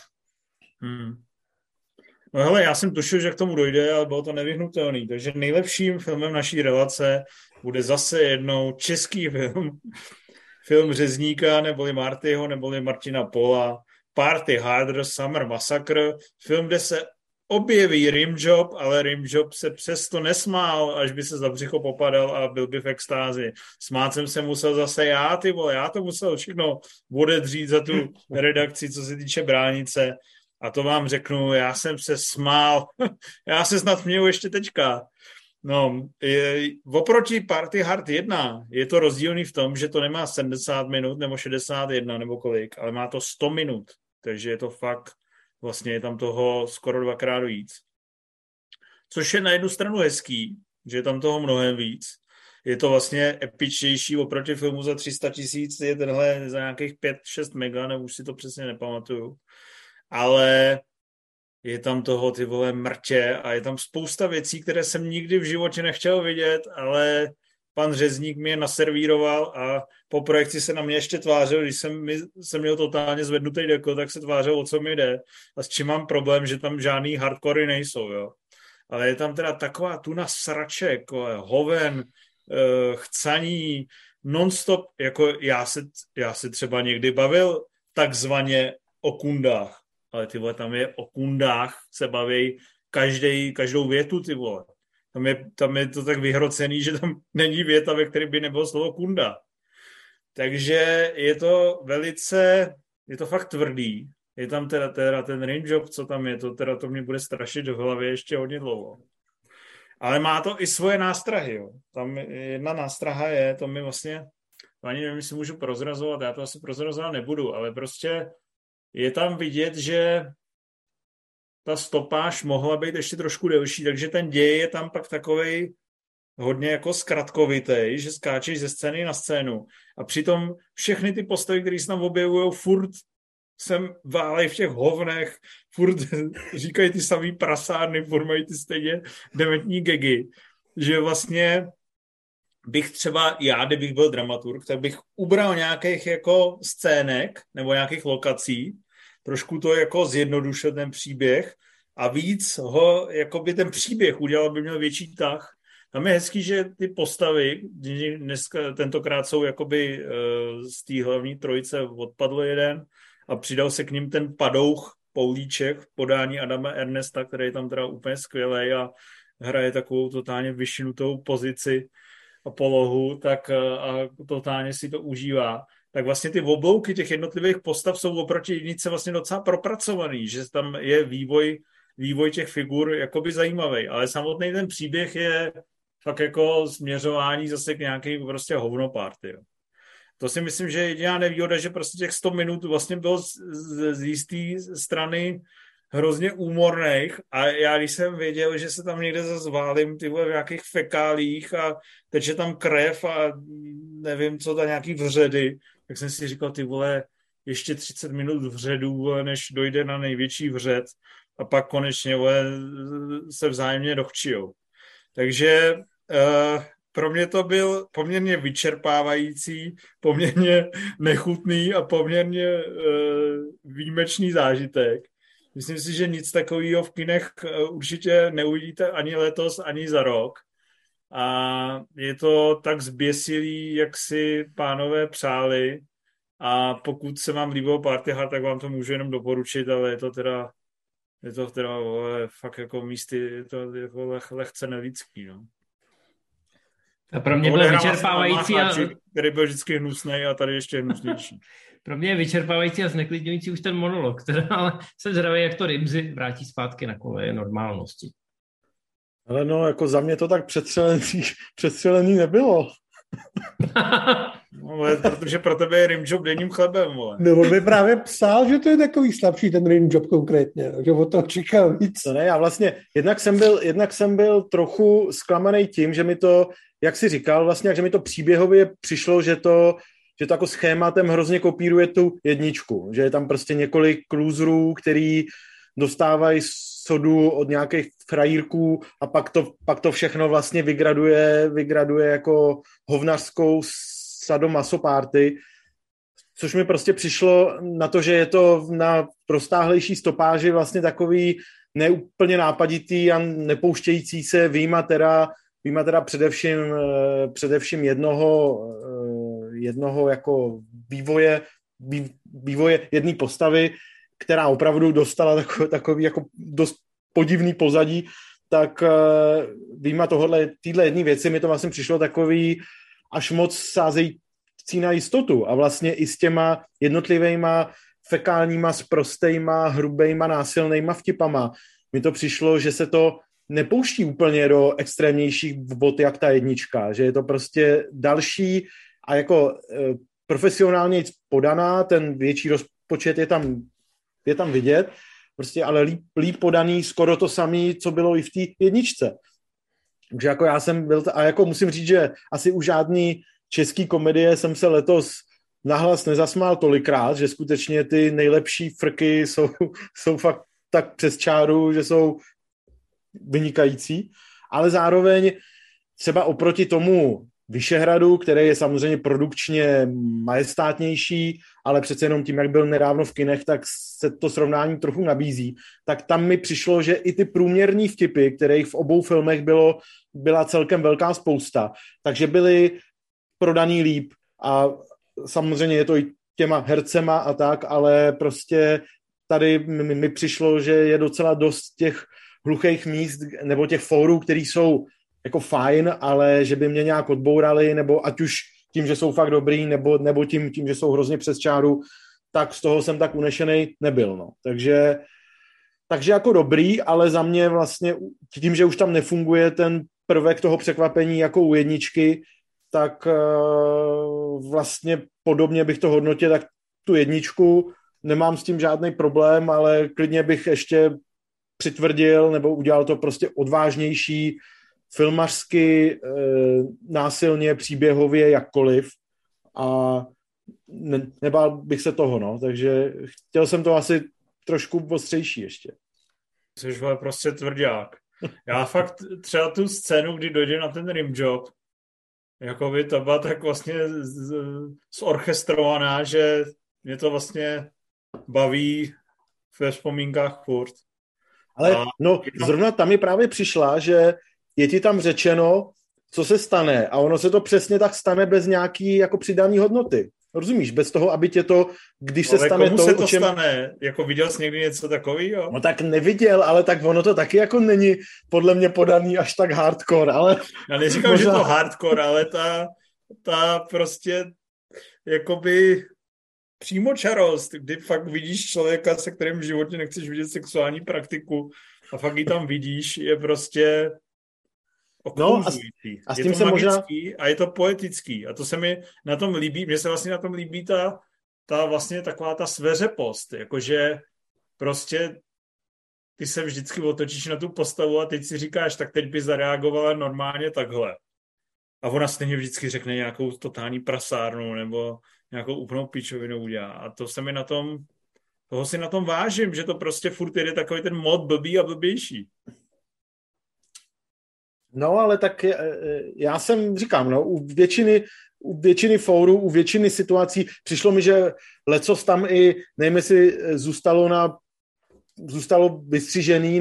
No hele, já jsem tušil, že k tomu dojde, ale bylo to nevyhnutelný. Takže nejlepším filmem naší relace bude zase jednou český film. Film Řezníka, neboli Martyho, neboli Martina Pola. Party Harder, Summer Massacre. Film, kde se objeví rimjob, ale rimjob se přesto nesmál, až by se za břicho popadal a byl by v extázi. Smát jsem se musel zase já to musel všechno odedřít za tu redakci, co se týče Bránice. A to vám řeknu, já jsem se smál. Já se snad směju ještě teďka. No, oproti Party Hard 1 je to rozdílný v tom, že to nemá 70 minut nebo 61 nebo kolik, ale má to 100 minut. Takže je to fakt, vlastně je tam toho skoro 2krát víc. Což je na jednu stranu hezký, že je tam toho mnohem víc. Je to vlastně epičtější oproti filmu za 300 000, je tenhle za nějakých 5-6 mega, nebo už si to přesně nepamatuju. Ale je tam toho ty vole mrtě a je tam spousta věcí, které jsem nikdy v životě nechtěl vidět, ale pan Řezník mi je naservíroval a po projekci se na mě ještě tvářil, když jsem měl totálně zvednutý deko, tak se tvářil, o co mi jde a s čím mám problém, že tam žádný hardcory nejsou, jo. Ale je tam teda taková tuna sraček, hoven, chcaní, non-stop, jako já se třeba někdy bavil takzvaně o kundách. ale ty vole, tam je o kundách, se baví každou větu, ty vole. Tam je to tak vyhrocený, že tam není věta, ve které by nebylo slovo kunda. Takže je to fakt tvrdý. Je tam teda ten range job, co tam je, to mě bude strašit v hlavě ještě hodně dlouho. Ale má to i svoje nástrahy, jo. Tam jedna nástraha je, to mi vlastně, ani nevím, jestli můžu prozrazovat, já to asi prozrazovat nebudu, ale prostě je tam vidět, že ta stopáž mohla být ještě trošku delší, takže ten děj je tam pak takovej hodně jako zkratkovitej, že skáčeš ze scény na scénu a přitom všechny ty postavy, které se tam objevujou, furt sem válej v těch hovnech, furt říkají ty samý prasárny, furt mají ty stejně dementní gagy, že vlastně bych třeba já, kdybych byl dramaturg, tak bych ubral nějakých jako scének nebo nějakých lokací, trošku to jako zjednodušil ten příběh a víc ho, jakoby ten příběh udělal, by měl větší tah. Tam je hezký, že ty postavy, tentokrát jsou jakoby z té hlavní trojice odpadl jeden a přidal se k ním ten padouch Poulíček v podání Adama Ernesta, který je tam teda úplně skvělej a hraje takovou totálně vyšinutou pozici a polohu, tak a totálně si to užívá. Tak vlastně ty oblouky těch jednotlivých postav jsou oproti jednice vlastně docela propracovaný, že tam je vývoj těch figur jakoby zajímavý, ale samotný ten příběh je fakt jako směřování zase k nějaký prostě hovnoparty. Jo. To si myslím, že je jediná nevýhoda, že prostě těch 100 minut vlastně bylo z jisté strany hrozně úmorných a já když jsem věděl, že se tam někde zazválím ty vole v nějakých fekálích a teče tam krev a nevím co, ta nějaký vředy, tak jsem si říkal, ty vole, ještě 30 minut vředů, vole, než dojde na největší vřed a pak konečně vole, se vzájemně dochčijou. Takže pro mě to byl poměrně vyčerpávající, poměrně nechutný a poměrně výjimečný zážitek. Myslím si, že nic takového v kinech určitě neuvidíte ani letos, ani za rok. A je to tak zběsilý, jak si pánové přáli. A pokud se vám líbilo Party Hard, tak vám to můžu jenom doporučit, ale je to teda fakt jako místy, je to jako lehce nelidský, no. A pro mě bylo vyčerpávající který byl vždycky hnusnej a tady ještě hnusnější. Pro mě je vyčerpávající a zneklidňující už ten monolog, ale jsem zvědavý, jak to Rimzi vrátí zpátky na koleje normálnosti. Ale no, jako za mě to tak přestřelený nebylo. No, protože pro tebe je rimjob denním chlebem, vole. No, on by právě psal, že to je takový slabší ten rimjob konkrétně, že o to čekal víc. To ne, já vlastně, jednak jsem byl trochu zklamaný tím, že mi to, jak jsi říkal, vlastně, že mi to příběhově přišlo, že to jako schématem hrozně kopíruje tu jedničku, že je tam prostě několik loserů, který dostávají sodu od nějakých frajírků a pak to všechno vlastně vygraduje jako hovnařskou sadomaso-party, což mi prostě přišlo na to, že je to na roztáhlejší stopáži vlastně takový neúplně nápaditý a nepouštějící se výjima teda především jednoho jako vývoje jedné postavy, která opravdu dostala takový jako dost podivný pozadí, tak výjima týhle jedné věci mi to vlastně přišlo takový až moc sázející na jistotu a vlastně i s těma jednotlivejma fekálníma, sprostejma, hrubejma, násilnejma vtipama mi to přišlo, že se to nepouští úplně do extrémnějších vod jak ta jednička, že je to prostě další a jako profesionálně podaná, ten větší rozpočet je tam vidět, prostě ale líp podaný skoro to samé, co bylo i v té jedničce. Takže jako já jsem byl, a jako musím říct, že asi u žádný český komedie jsem se letos nahlas nezasmál tolikrát, že skutečně ty nejlepší frky jsou fakt tak přes čáru, že jsou vynikající, ale zároveň třeba oproti tomu Vyšehradu, který je samozřejmě produkčně majestátnější, ale přece jenom tím, jak byl nedávno v kinech, tak se to srovnání trochu nabízí. Tak tam mi přišlo, že i ty průměrní vtipy, kterých v obou filmech byla celkem velká spousta, takže byly prodaný líp a samozřejmě je to i těma hercema a tak, ale prostě tady mi přišlo, že je docela dost těch hluchých míst nebo těch fórů, které jsou jako fajn, ale že by mě nějak odbourali, nebo ať už tím, že jsou fakt dobrý, nebo tím, že jsou hrozně přes čáru, tak z toho jsem tak unešenej nebyl. No. Takže jako dobrý, ale za mě vlastně tím, že už tam nefunguje ten prvek toho překvapení jako u jedničky, tak vlastně podobně bych to hodnotil, tak tu jedničku nemám s tím žádný problém, ale klidně bych ještě přitvrdil nebo udělal to prostě odvážnější, filmařsky, násilně, příběhově, jakkoliv a nebál bych se toho, no, takže chtěl jsem to asi trošku ostřejší ještě. Jsi prostě tvrdák. Já fakt třeba tu scénu, kdy dojde na ten rimjob, jako by to byla tak vlastně zorchestrovaná, že mě to vlastně baví ve vzpomínkách furt. Ale zrovna tam mi právě přišla, že je ti tam řečeno, co se stane a ono se to přesně tak stane bez nějaký jako přidaný hodnoty. Rozumíš? Bez toho, aby tě to, když se stane komu se to stane? Jako viděl jsi někdy něco takového? No tak neviděl, ale tak ono to taky jako není podle mě podaný až tak hardcore, ale... Já neříkám, možná... že to hardcore, ale ta prostě jakoby přímočarost, kdy fakt vidíš člověka, se kterým v životě nechceš vidět sexuální praktiku a fakt ji tam vidíš, je prostě okouzující. A s je tím to se magický možná... a je to poetický. A to se mi na tom líbí, mně se vlastně na tom líbí ta vlastně taková ta sveřepost, jakože prostě ty se vždycky otočíš na tu postavu a teď si říkáš, tak teď by zareagovala normálně takhle. A ona stejně vždycky řekne nějakou totální prasárnu nebo nějakou úplnou pičovinu udělá. A to se mi toho si na tom vážím, že to prostě furt jede takový ten mod blbý a blbější. No, ale tak já jsem, říkám, no, u většiny fórů, u většiny situací přišlo mi, že lecos tam i, nevím, jestli zůstalo vystřižený,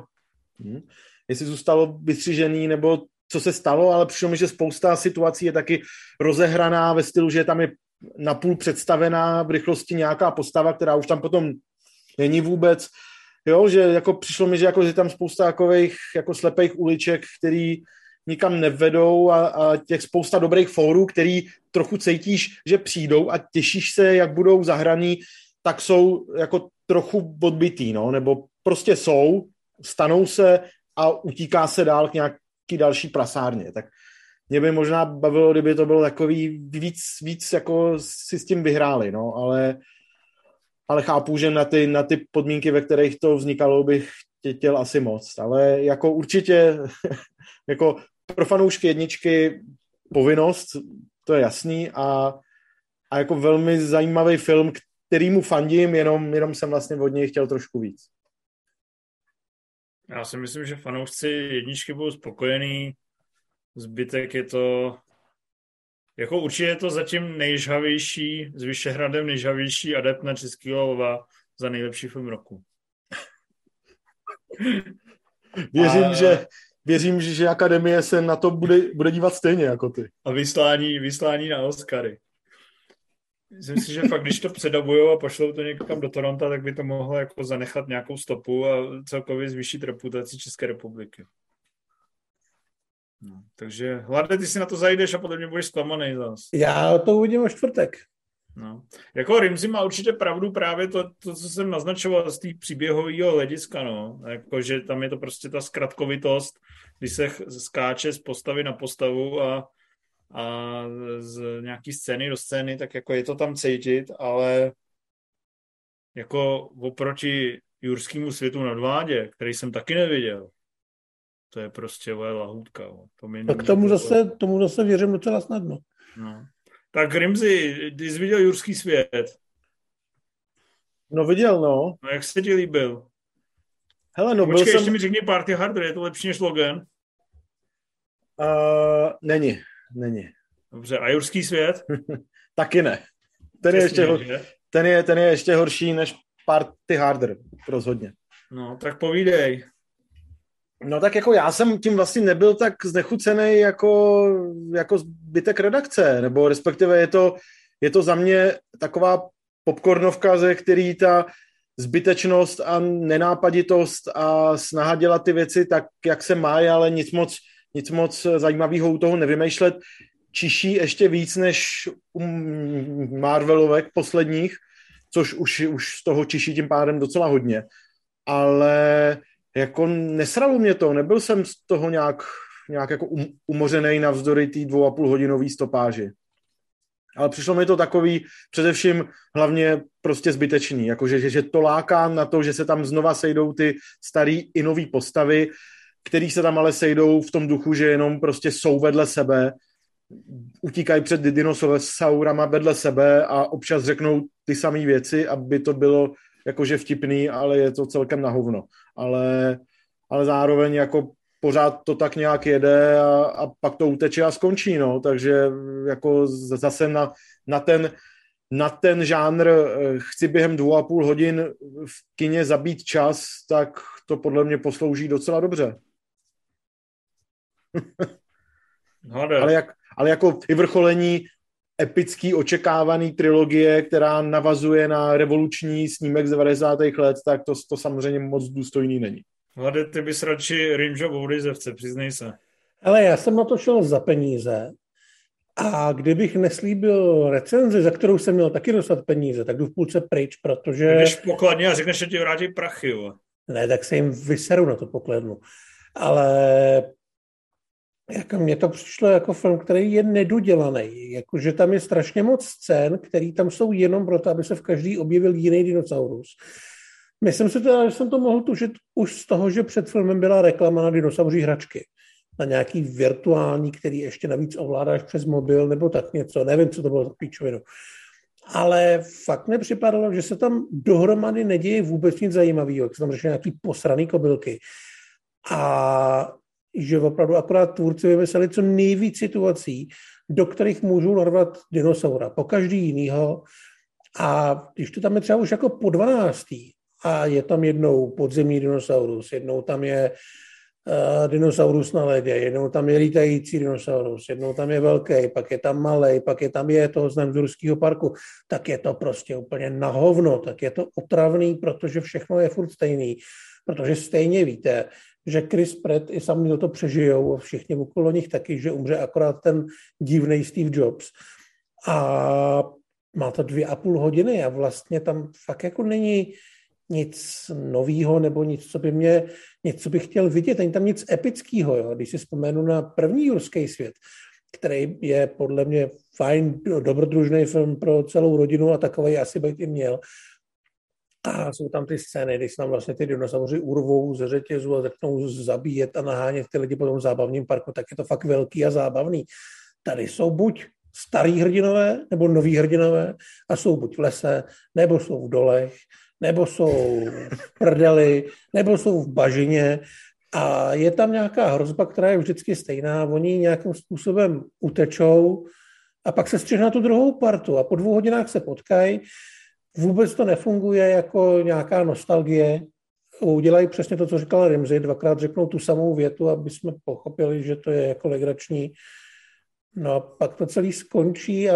nebo co se stalo, ale přišlo mi, že spousta situací je taky rozehraná ve stylu, že tam je napůl představená v rychlosti nějaká postava, která už tam potom není vůbec. Jo, že jako přišlo mi, že jako je tam spousta takových jako slepých uliček, který nikam nevedou a těch spousta dobrých fórů, který trochu cítíš, že přijdou a těšíš se, jak budou zahraný, tak jsou jako trochu odbitý, no, nebo prostě stanou se a utíká se dál k nějaký další prasárně. Tak mě by možná bavilo, kdyby to bylo takový víc jako si s tím vyhráli, no, ale chápu, že na ty podmínky, ve kterých to vznikalo, bych chtěl asi moc. Ale jako určitě jako pro fanoušky jedničky povinnost, to je jasný a jako velmi zajímavý film, kterýmu fandím, jenom jsem vlastně od něj chtěl trošku víc. Já si myslím, že fanoušci jedničky budou spokojení, zbytek je to jako určitě je to zatím nejžhavější, s Vyšehradem nejžhavější adept na Českého lva za nejlepší film roku. Věřím, že Akademie se na to bude dívat stejně jako ty. A vyslání na Oscary. Myslím si, že fakt, když to předabujou a pošlou to někam do Toronto, tak by to mohlo jako zanechat nějakou stopu a celkově zvýšit reputaci České republiky. No, takže Hlade, ty si na to zajdeš a podle mě budeš zklamanej zas. Já to uvidím o čtvrtek. No. Jako Rimzi má určitě pravdu právě to, co jsem naznačoval z té příběhového hlediska, no. Jako, že tam je to prostě ta zkratkovitost, kdy se skáče z postavy na postavu a z nějaký scény do scény, tak jako je to tam cítit, ale jako oproti Jurskému světu na Dvádě, který jsem taky neviděl, to je prostě lahůdka. Tak tomu zase věřím docela snadno. No. Tak Rimzi, ty jsi viděl Jurský svět? No viděl, no. No jak se ti líbil? Hele, no Počkej, ještě mi řekni Party Harder, je to lepší než Logan? Není. Dobře, a Jurský svět? Taky ne. Ten je ještě horší než Party Harder, rozhodně. No, tak povídej. No tak jako já jsem tím vlastně nebyl tak znechucený jako zbytek redakce, nebo respektive je to za mě taková popcornovka, ze který ta zbytečnost a nenápaditost a snaha dělat ty věci tak, jak se má, ale nic moc zajímavého u toho nevymýšlet. Čiší ještě víc než u Marvelovek posledních, což už z toho čiší tím pádem docela hodně. Ale jako nesralo mě to, nebyl jsem z toho nějak jako umořenej navzdory té 2,5hodinový stopáži. Ale přišlo mi to takový především hlavně prostě zbytečný, jakože že to láká na to, že se tam znova sejdou ty starý i nový postavy, který se tam ale sejdou v tom duchu, že jenom prostě jsou vedle sebe, utíkají před dinosaurama vedle sebe a občas řeknou ty samé věci, aby to bylo jakože vtipný, ale je to celkem na hovno. Ale zároveň jako pořád to tak nějak jede a pak to uteče a skončí, no, takže jako zase na ten žánr chci během 2,5 hodin v kině zabít čas, tak to podle mě poslouží docela dobře. ale jako vyvrcholení epický očekávaný trilogie, která navazuje na revoluční snímek z 90. let, tak to samozřejmě moc důstojný není. Hlade, ty bys radši Rimžo v Oudejzevce, přiznej se. Ale já jsem na to šel za peníze a kdybych neslíbil recenzi, za kterou jsem měl taky dostat peníze, tak jdu v půlce pryč, protože... Jdeš pokladně a řekneš, že ti vrátí prachy, jo. Ne, tak se jim vyseru na to pokladnu. Ale jako mně to přišlo jako film, který je nedodělaný. Jakože tam je strašně moc scén, který tam jsou jenom proto, aby se v každý objevil jiný dinosaurus. Myslím si teda, že jsem to mohl tušit už z toho, že před filmem byla reklama na dinosauří hračky. Na nějaký virtuální, který ještě navíc ovládáš přes mobil nebo tak něco. Nevím, co to bylo za píčovinu. Ale fakt mi připadalo, že se tam dohromady neděje vůbec nic zajímavého. Jak se tam řeší nějaký posraný kobylky. A že opravdu akorát tvůrci vymysleli co nejvíc situací, do kterých můžou narvat dinosaura. Po každý jinýho. A když to tam je třeba už jako po 12. a je tam jednou podzemní dinosaurus, jednou tam je dinosaurus na ledě, jednou tam je lítající dinosaurus, jednou tam je velký, pak je tam malej, pak je tam toho z Nemzurského parku, tak je to prostě úplně na hovno, tak je to otravný, protože všechno je furt stejný, protože stejně víte, že Chris Pratt i Sam Neill to přežijou a všichni okolo nich taky, že umře akorát ten divnej Steve Jobs. A má to 2,5 hodiny a vlastně tam fakt jako není nic novýho nebo nic, co bych chtěl vidět. Není tam nic epického. Jo? Když si vzpomenu na první Jurský svět, který je podle mě fajn, dobrodružný film pro celou rodinu a takovej asi být i měl. A jsou tam ty scény, když se tam vlastně ty dinosauři urvou ze řetězu a začnou zabíjet a nahánět ty lidi po tom zábavním parku, tak je to fakt velký a zábavný. Tady jsou buď starý hrdinové nebo noví hrdinové a jsou buď v lese, nebo jsou v dolech, nebo jsou v prdeli, nebo jsou v bažině a je tam nějaká hrozba, která je vždycky stejná, oni nějakým způsobem utečou a pak se střihne na tu druhou partu a po 2 hodinách se potkají. Vůbec to nefunguje jako nějaká nostalgie. Udělají přesně to, co říkal Rimzi, 2krát řeknou tu samou větu, aby jsme pochopili, že to je jako legrační. No a pak to celý skončí a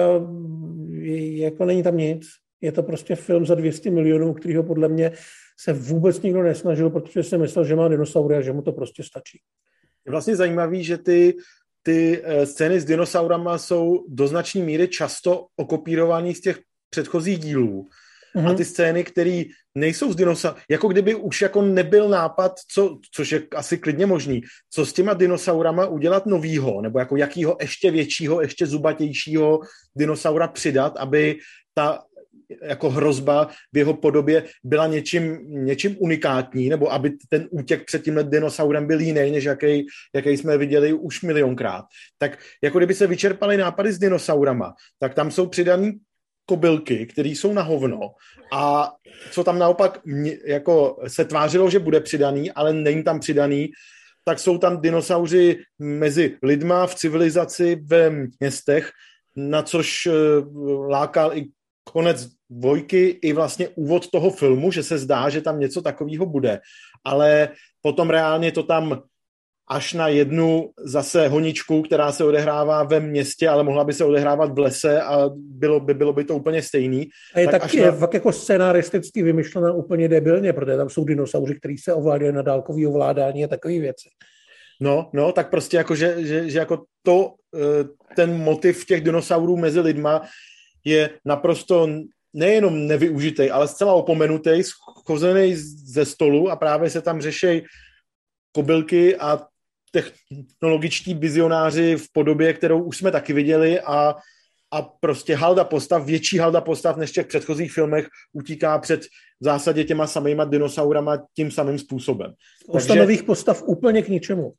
jako není tam nic. Je to prostě film za 200 milionů, kterýho podle mě se vůbec nikdo nesnažil, protože si myslel, že má dinosaury a že mu to prostě stačí. Je vlastně zajímavý, že ty scény s dinosaurama jsou do značné míry často okopírované z těch předchozích dílů. A ty scény, které nejsou z dinosaury, jako kdyby už jako nebyl nápad, což je asi klidně možný, co s těma dinosaurama udělat novýho, nebo jako jakýho ještě většího, ještě zubatějšího dinosaura přidat, aby ta jako hrozba v jeho podobě byla něčím unikátní, nebo aby ten útěk před tímhle dinosaurem byl jiný, než jaký jsme viděli už milionkrát. Tak jako kdyby se vyčerpaly nápady s dinosaurama, tak tam jsou přidaný kobylky, které jsou na hovno a co tam naopak jako se tvářilo, že bude přidaný, ale není tam přidaný, tak jsou tam dinosauři mezi lidma v civilizaci ve městech, na což lákal i konec 2 i vlastně úvod toho filmu, že se zdá, že tam něco takového bude. Ale potom reálně to tam až na jednu zase honičku, která se odehrává ve městě, ale mohla by se odehrávat v lese a bylo by to úplně stejný. A je tak fakt jako scénaristicky vymyšlená úplně debilně, protože tam jsou dinosauři, který se ovládají na dálkový ovládání a takové věci. No, tak prostě jako, že jako to, ten motiv těch dinosaurů mezi lidma je naprosto nejenom nevyužitej, ale zcela opomenutej, schozený ze stolu a právě se tam řeší kobylky a technologičtí vizionáři v podobě, kterou už jsme taky viděli a prostě větší halda postav než v těch předchozích filmech utíká před v zásadě těma samýma dinosaurama tím samým způsobem. Nových postav úplně k ničemu.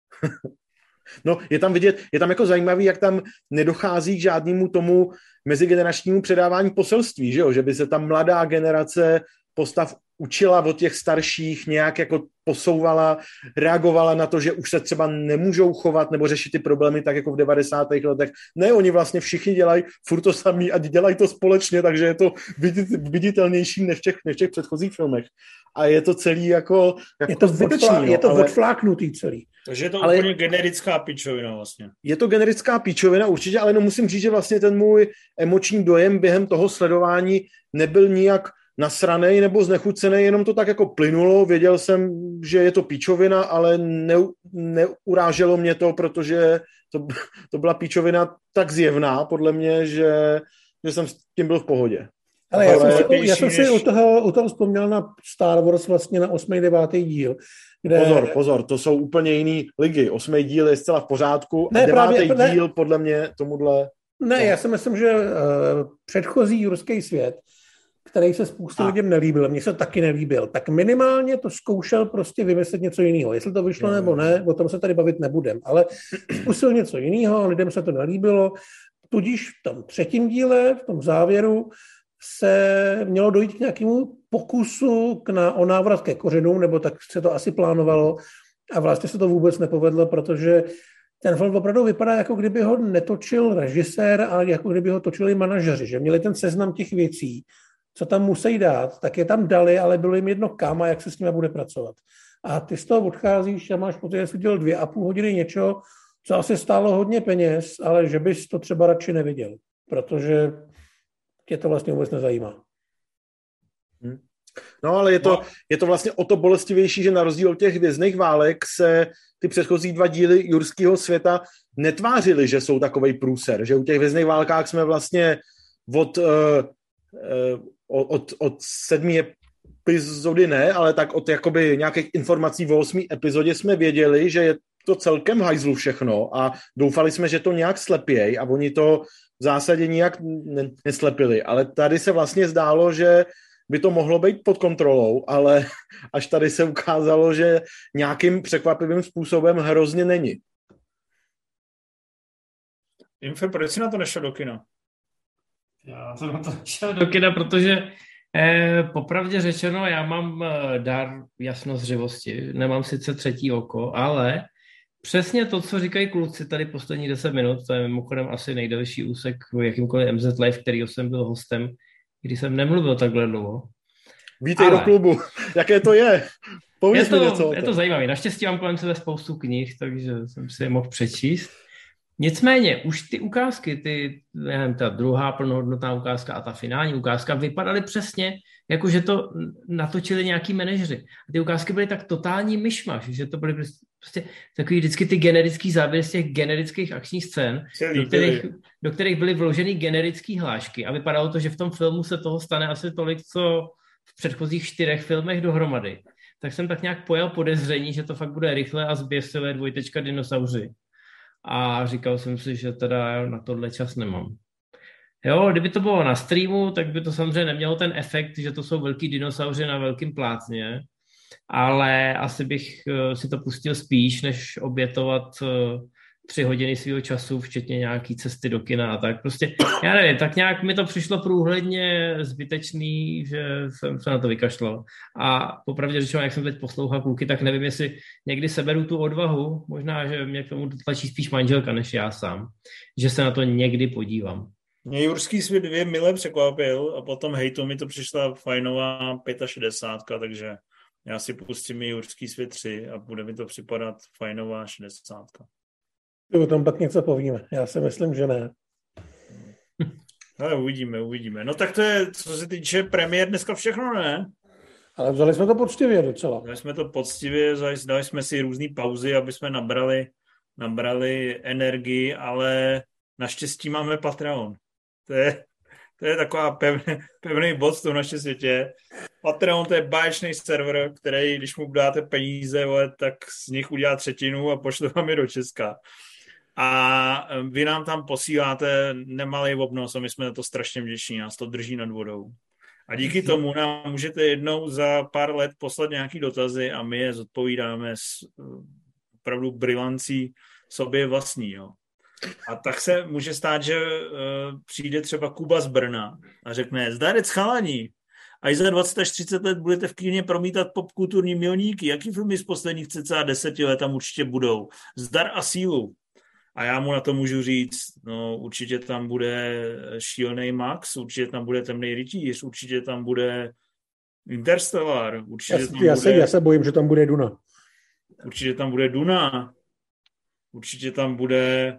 No, je tam vidět, je tam jako zajímavý, jak tam nedochází k žádnému tomu mezigeneračnímu předávání poselství, že jo? Že by se tam mladá generace postav učila od těch starších, nějak jako posouvala, reagovala na to, že už se třeba nemůžou chovat nebo řešit ty problémy tak jako v 90. letech. Ne, oni vlastně všichni dělají furt to samý a dělají to společně, takže je to viditelnější než v těch předchozích filmech. A je to celý jako je to odfláknutý celý. Takže je to úplně generická pičovina vlastně. Je to generická pičovina určitě, ale musím říct, že vlastně ten můj emoční dojem během toho sledování nebyl nijak nasranej nebo znechucený, jenom to tak jako plynulo, věděl jsem, že je to píčovina, ale neuráželo mě to, protože to byla píčovina tak zjevná, podle mě, že jsem s tím byl v pohodě. Ale já jsem si u toho vzpomněl na Star Wars vlastně na 8. 9. díl. Kde... Pozor, to jsou úplně jiný ligy. 8. díl je zcela v pořádku a 9. díl podle mě tomuhle... Ne, já si myslím, že předchozí jurský svět, který se spoustu lidem nelíbil, mně se taky nelíbil, tak minimálně to zkoušel prostě vymyslet něco jiného. Jestli to vyšlo nebo ne, o tom se tady bavit nebudem, ale zkusil něco jiného, lidem se to nelíbilo, tudíž v tom třetím díle, v tom závěru, se mělo dojít k nějakému pokusu o návrat ke kořenům, nebo tak se to asi plánovalo a vlastně se to vůbec nepovedlo, protože ten film opravdu vypadá, jako kdyby ho netočil režisér, ale jako kdyby ho točili manažeři, že měli ten seznam těch věcí, co tam musí dát, tak je tam dali, ale bylo jim jedno kam a jak se s nimi bude pracovat. A ty z toho odcházíš a máš pocit, že jsi udělal 2,5 hodiny něčeho, co asi stálo hodně peněz, ale že bys to třeba radši neviděl, protože tě to vlastně vůbec nezajímá. No, ale je to vlastně o to bolestivější, že na rozdíl od těch Hvězdných válek se ty předchozí 2 díly Jurského světa netvářily, že jsou takovej průser, že u těch Hvězdných válkách jsme vlastně od 7. epizody ne, ale tak od jakoby nějakých informací o 8. epizodě jsme věděli, že je to celkem hajzlu všechno a doufali jsme, že to nějak slepěj a oni to v zásadě nijak neslepili, ale tady se vlastně zdálo, že by to mohlo být pod kontrolou, ale až tady se ukázalo, že nějakým překvapivým způsobem hrozně není. Infe, proč jsi na to nešel do kina? Já jsem na to šel do kina, protože popravdě řečeno, já mám dar jasnozřivosti. Nemám sice třetí oko, ale přesně to, co říkají kluci tady poslední 10 minut, to je mimochodem asi nejdelší úsek v jakýmkoliv MZ Live, kterýho jsem byl hostem, když jsem nemluvil takhle dlouho. Vítej do klubu. Jaké to je? Pověz mi něco. Je to zajímavé. Naštěstí mám kolem sebe spoustu knih, takže jsem si je mohl přečíst. Nicméně, už ty ukázky, ta druhá plnohodnotná ukázka a ta finální ukázka vypadaly přesně, jako že to natočili nějaký manažeři. A ty ukázky byly tak totální myšmaš, že to byly prostě takový vždycky ty generický záběry z těch generických akčních scén, do kterých byly vloženy generické hlášky. A vypadalo to, že v tom filmu se toho stane asi tolik, co v předchozích 4 filmech dohromady. Tak jsem tak nějak pojal podezření, že to fakt bude rychle a zběsilé dinosauři. A říkal jsem si, že teda na tohle čas nemám. Jo, kdyby to bylo na streamu, tak by to samozřejmě nemělo ten efekt, že to jsou velký dinosauři na velkým plátně, ale asi bych si to pustil spíš, než obětovat 3 hodiny svého času, včetně nějaký cesty do kina a tak. Prostě, já nevím, tak nějak mi to přišlo průhledně zbytečný, že jsem se na to vykašlal. A popravdě řečeno, jak jsem teď poslouchal kluky, tak nevím, jestli někdy seberu tu odvahu, možná, že mě k tomu tlačí spíš manželka, než já sám, že se na to někdy podívám. Mě Jurský svět 2 mile překvapil a potom hejtu mi to přišla fajnová 65, takže Já si pustím i Jurský svět 3 a bude mi to připadat fajnová 60. O tom pak něco povíme. Já si myslím, že ne. Ale uvidíme. No tak to je, co se týče premiér, dneska všechno, ne? Ale vzali jsme to poctivě docela. Dali jsme to poctivě, dali jsme si různý pauzy, aby jsme nabrali energii, ale naštěstí máme Patreon. To je taková pevný bod v tom našem světě. Patreon to je báječný server, který, když mu dáte peníze, tak z nich udělá třetinu a pošle vám je do Česka. A vy nám tam posíláte nemalý obnos a my jsme na to strašně vděční, nás to drží nad vodou. A díky tomu nám můžete jednou za pár let poslat nějaký dotazy a my je zodpovídáme s opravdu brilancí sobě vlastní. Jo. A tak se může stát, že přijde třeba Kuba z Brna a řekne, zdarec chalani, a i za 20 až 30 let budete v kyně promítat popkulturní milníky. Jaký filmy z posledních cca 10 let tam určitě budou? Zdar a sílu. A já mu na to můžu říct, no určitě tam bude Šílený Max, určitě tam bude Temnej rytíř, určitě tam bude Interstellar, já se bojím, že tam bude Duna. Určitě tam bude Duna, určitě tam bude...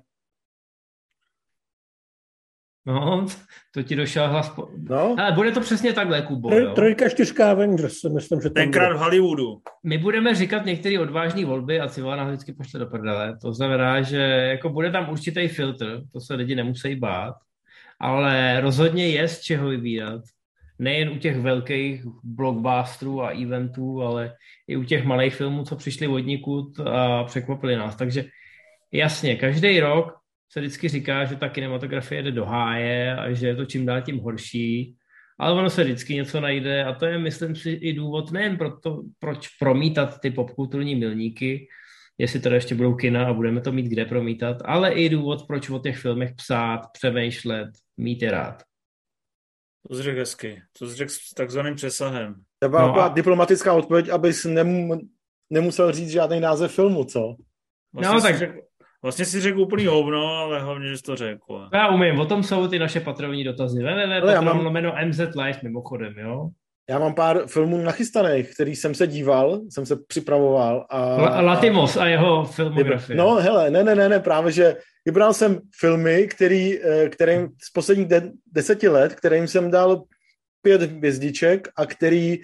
No, to ti došel hlas... No. Ale bude to přesně takhle, Kubo. Trojka, 4 Avengers, myslím, že tam tenkrát bude. v Hollywoodu. My budeme říkat některé odvážné volby a Civila nás vždycky pošle do prdele. To znamená, že jako bude tam určitý filtr, to se lidi nemusí bát, ale rozhodně je z čeho vybírat. Nejen u těch velkých blockbusterů a eventů, ale i u těch malých filmů, co přišli od nikud a překvapili nás. Takže jasně, každý rok se vždycky říká, že ta kinematografie jde do háje a že je to čím dál tím horší, ale ono se vždycky něco najde a to je, myslím si, i důvod nejen proč promítat ty popkulturní milníky, jestli teda ještě budou kina a budeme to mít kde promítat, ale i důvod, proč o těch filmech psát, přemýšlet, mít je rád. To jsi řekl hezky, to jsi řekl s takzvaným přesahem. To byla diplomatická odpověď, abys nemusel říct žádný název filmu, co? Vlastně si řekl úplný hovno, ale hlavně, že jsi to řekl. Já umím, o tom jsou ty naše patronní dotazy. www.patron.com/MZ Live mimochodem, jo? Já mám pár filmů nachystaných, který jsem se díval, jsem se připravoval. Latimos a jeho filmografie. No hele, ne, právě, že vybral jsem filmy, kterým z posledních 10 let, kterým jsem dal 5 hvězdiček a který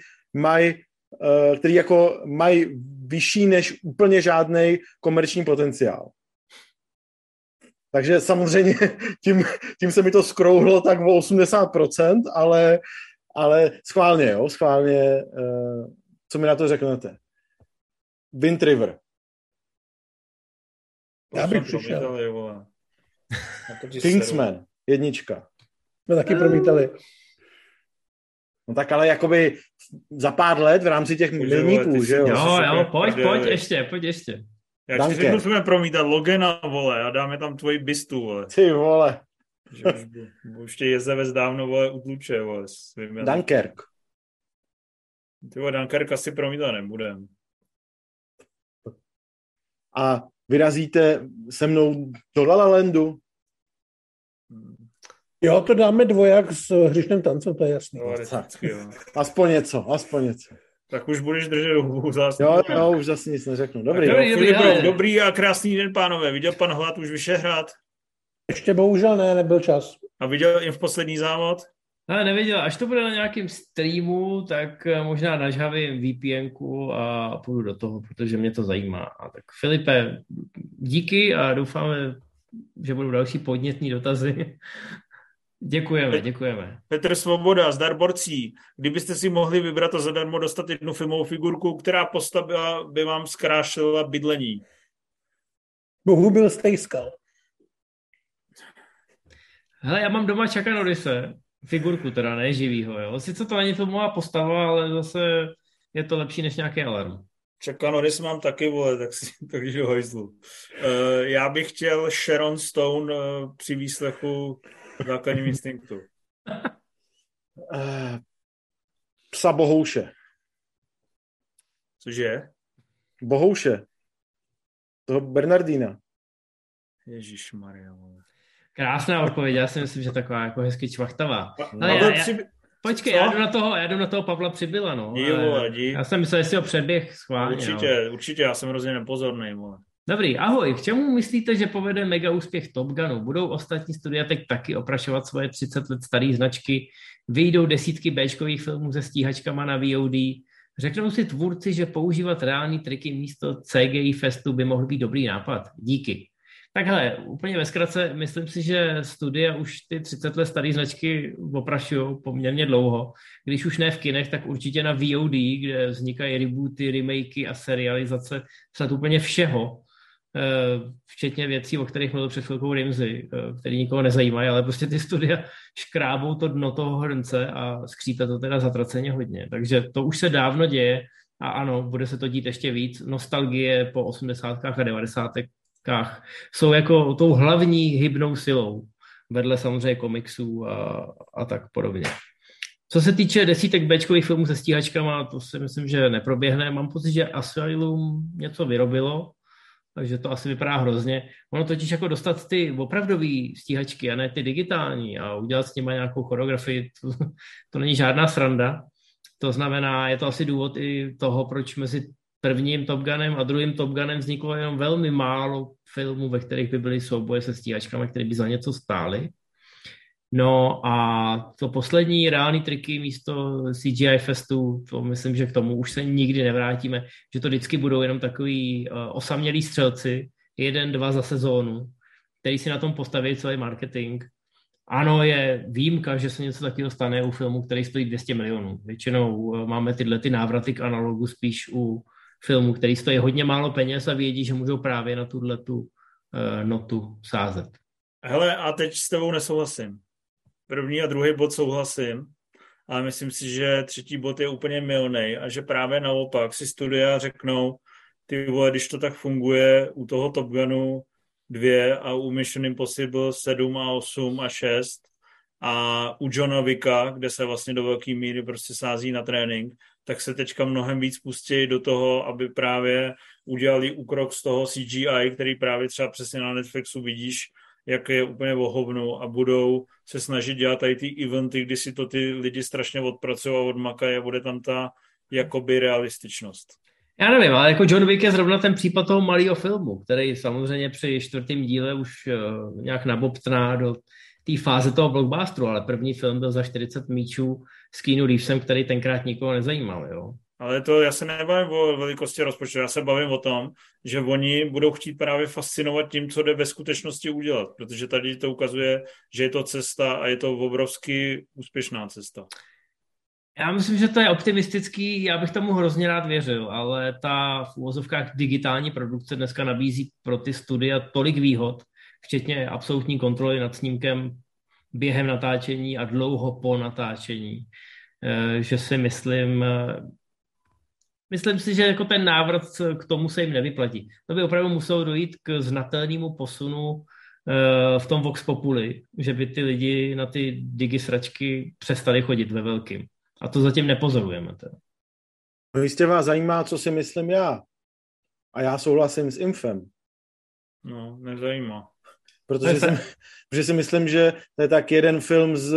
jako mají vyšší než úplně žádný komerční potenciál. Takže samozřejmě tím se mi to skrouhlo tak o 80%, ale schválně, co mi na to řeknete? Wind River. Já bych přišel. Kingsman, 1. Jsme taky promítali. No tak ale jakoby za pár let v rámci těch milníků, že jo? Jo, pojď ještě. Já ti řeknu, jsme promítat Logana, vole, a dáme tam tvoji bystu, vole. Ty vole. Že už tě jezdevec dávno, vole, utluče, vole. Dunkirk. Ty vole, Dunkirk asi promítat nebudem. A vyrazíte se mnou do La La Landu? Jo, to dáme dvoják s Hřišným tancem, to je jasný. Jo. Aspoň něco. Tak už budeš držet hubu zase. Jo, už zase nic neřeknu. Dobrý a krásný den, pánové. Viděl pan Hlad už Vyšehrad? Ještě bohužel nebyl čas. A viděl jim v poslední závod? Ne, neviděl. Až to bude na nějakém streamu, tak možná nažhavím VPNku a půjdu do toho, protože mě to zajímá. A tak Filipe, díky a doufáme, že budou další podnětný dotazy. Děkujeme. Petr Svoboda, zdar borcí. Kdybyste si mohli vybrat a zadarmo dostat jednu filmovou figurku, která postava by vám zkrášlila bydlení? Bohubil Stejskal. Hele, já mám doma Chucka Norrise, figurku teda, ne živýho, jo. Sice to není filmová postava, ale zase je to lepší než nějaký alarm. Chucka Norris mám taky, vole, takže do hajzlu. Já bych chtěl Sharon Stone při výslechu Základním instinktu. Psa Bohouše. Cože? Bohouše. Toho Bernardína. Ježišmarja. Krásná odpověď, já si myslím, že taková jako hezky čvachtavá. Počkej, já jdu na toho Pavla Přibyla, no. Já jsem myslel, že si ho předběh schválně. Určitě, já jsem hrozně nepozorný, vole. Dobrý, ahoj, k čemu myslíte, že povede mega úspěch Top Gunu? Budou ostatní studia teď taky oprašovat svoje 30 let staré značky? Vyjdou desítky Bčkových filmů se stíhačkama na VOD? Řeknou si tvůrci, že používat reální triky místo CGI festu by mohl být dobrý nápad? Díky. Takhle, úplně ve zkratce, myslím si, že studia už ty 30 let staré značky oprašují poměrně dlouho. Když už ne v kinech, tak určitě na VOD, kde vznikají rebooty, remakey a serializace snad úplně všeho, včetně věcí, o kterých mluvil před chvilkou Rimzy, který nikoho nezajímají, ale prostě ty studia škrábou to dno toho hrnce a skřípe to teda zatraceně hodně. Takže to už se dávno děje a ano, bude se to dít ještě víc. Nostalgie po 80. a 90. jsou jako tou hlavní hybnou silou, vedle samozřejmě komiksů a tak podobně. Co se týče desítek Bčkových filmů se stíhačkama, to si myslím, že neproběhne. Mám pocit, že Asylum něco vyrobilo, takže to asi vypadá hrozně. Ono totiž jako dostat ty opravdový stíhačky a ne ty digitální a udělat s nimi nějakou choreografii, to není žádná sranda. To znamená, je to asi důvod i toho, proč mezi prvním Top Gunem a druhým Top Gunem vzniklo jenom velmi málo filmů, ve kterých by byly souboje se stíhačkami, které by za něco stály. No a to poslední reální triky místo CGI festu, to myslím, že k tomu už se nikdy nevrátíme, že to vždycky budou jenom takový osamělí střelci, 1-2 za sezónu, který si na tom postaví celý marketing. Ano, je výjimka, že se něco takového stane u filmu, který stojí 200 milionů. Většinou máme tyhle ty návraty k analogu spíš u filmů, který stojí hodně málo peněz a vědí, že můžou právě na tuhletu notu sázet. Hele, a teď s tebou nesouhlasím. První a druhý bod souhlasím, ale myslím si, že třetí bod je úplně mylnej a že právě naopak si studia řeknou, ty vole, když to tak funguje u toho Top Gunu 2 a u Mission Impossible 7 a 8 a 6 a u Johna Wicka, kde se vlastně do velké míry prostě sází na trénink, tak se teďka mnohem víc pustí do toho, aby právě udělali úkrok z toho CGI, který právě třeba přesně na Netflixu vidíš, jak je úplně ohovnou a budou se snažit dělat tady ty eventy, kdy si to ty lidi strašně odpracují a odmakají a bude tam ta jakoby realističnost. Já nevím, ale jako John Wick je zrovna ten případ toho malého filmu, který samozřejmě při 4. díle už nějak nabobtná do té fáze toho blockbusteru, ale první film byl za 40 míčů s Keanu Reevesem, který tenkrát nikoho nezajímal, jo. Ale to já se nebavím o velikosti rozpočtu, já se bavím o tom, že oni budou chtít právě fascinovat tím, co jde ve skutečnosti udělat, protože tady to ukazuje, že je to cesta a je to obrovsky úspěšná cesta. Já myslím, že to je optimistický, já bych tomu hrozně rád věřil, ale ta v uvozovkách digitální produkce dneska nabízí pro ty studia tolik výhod, včetně absolutní kontroly nad snímkem během natáčení a dlouho po natáčení, že si myslím si, že jako ten návrat k tomu se jim nevyplatí. To by opravdu muselo dojít k znatelnému posunu v tom Vox Populi, že by ty lidi na ty digisračky přestali chodit ve velkým. A to zatím nepozorujeme. Teda. No jistě vás zajímá, co si myslím já. A já souhlasím s Infem. No, nezajímá. Protože si myslím, že to je tak jeden film z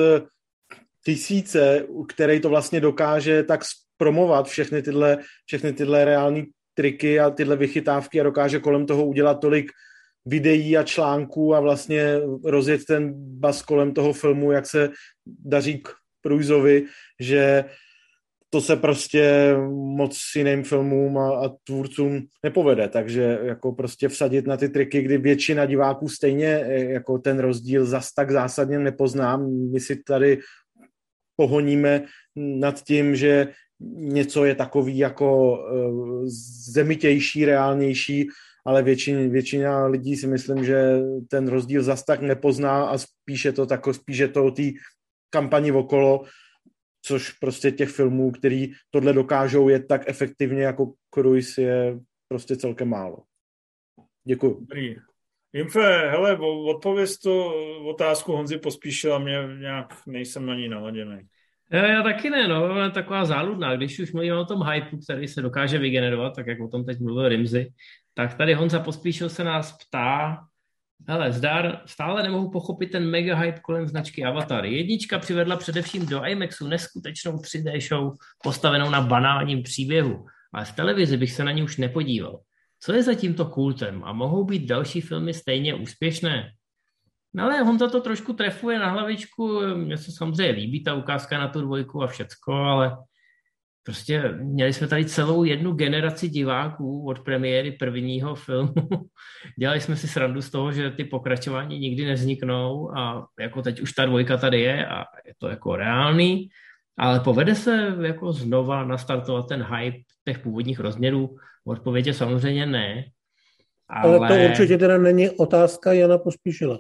tisíce, který to vlastně dokáže tak promovat všechny tyhle reální triky a tyhle vychytávky a dokáže kolem toho udělat tolik videí a článků a vlastně rozjet ten bas kolem toho filmu, jak se daří k Cruiseovi, že to se prostě moc jiným filmům a tvůrcům nepovede, takže jako prostě vsadit na ty triky, kdy většina diváků stejně jako ten rozdíl zas tak zásadně nepozná. My si tady pohoníme nad tím, že něco je takový jako zemitější, reálnější, ale většina lidí si myslím, že ten rozdíl zas tak nepozná a spíše to o té kampani okolo, což prostě těch filmů, který tohle dokážou jet tak efektivně jako Cruise, je prostě celkem málo. Děkuju. Dobrý. Jimfe, hele, odpověz tu otázku Honzi Pospíšila, mě nějak nejsem na ní naladěný. Já taky ne, no, taková záludná. Když už mluvíme o tom hypeu, který se dokáže vygenerovat, tak jak o tom teď mluvil Rimzy, tak tady Honza Pospíšil se nás ptá, Hele, zdar, stále nemohu pochopit ten mega hype kolem značky Avatar. Jednička přivedla především do IMAXu neskutečnou 3D show postavenou na banálním příběhu, ale v televizi bych se na ní už nepodíval. Co je za tímto kultem a mohou být další filmy stejně úspěšné? No ale Honza to trošku trefuje na hlavičku, mně se samozřejmě líbí ta ukázka na tu dvojku a všecko, ale prostě měli jsme tady celou jednu generaci diváků od premiéry prvního filmu. Dělali jsme si srandu z toho, že ty pokračování nikdy nevzniknou a jako teď už ta dvojka tady je a je to jako reálný, ale povede se jako znova nastartovat ten hype těch původních rozměrů? Odpověď je samozřejmě ne. Ale to určitě teda není otázka Jana Pospíšila.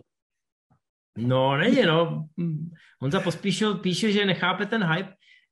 No, není, no. Honza Pospíšil píše, že nechápe ten hype.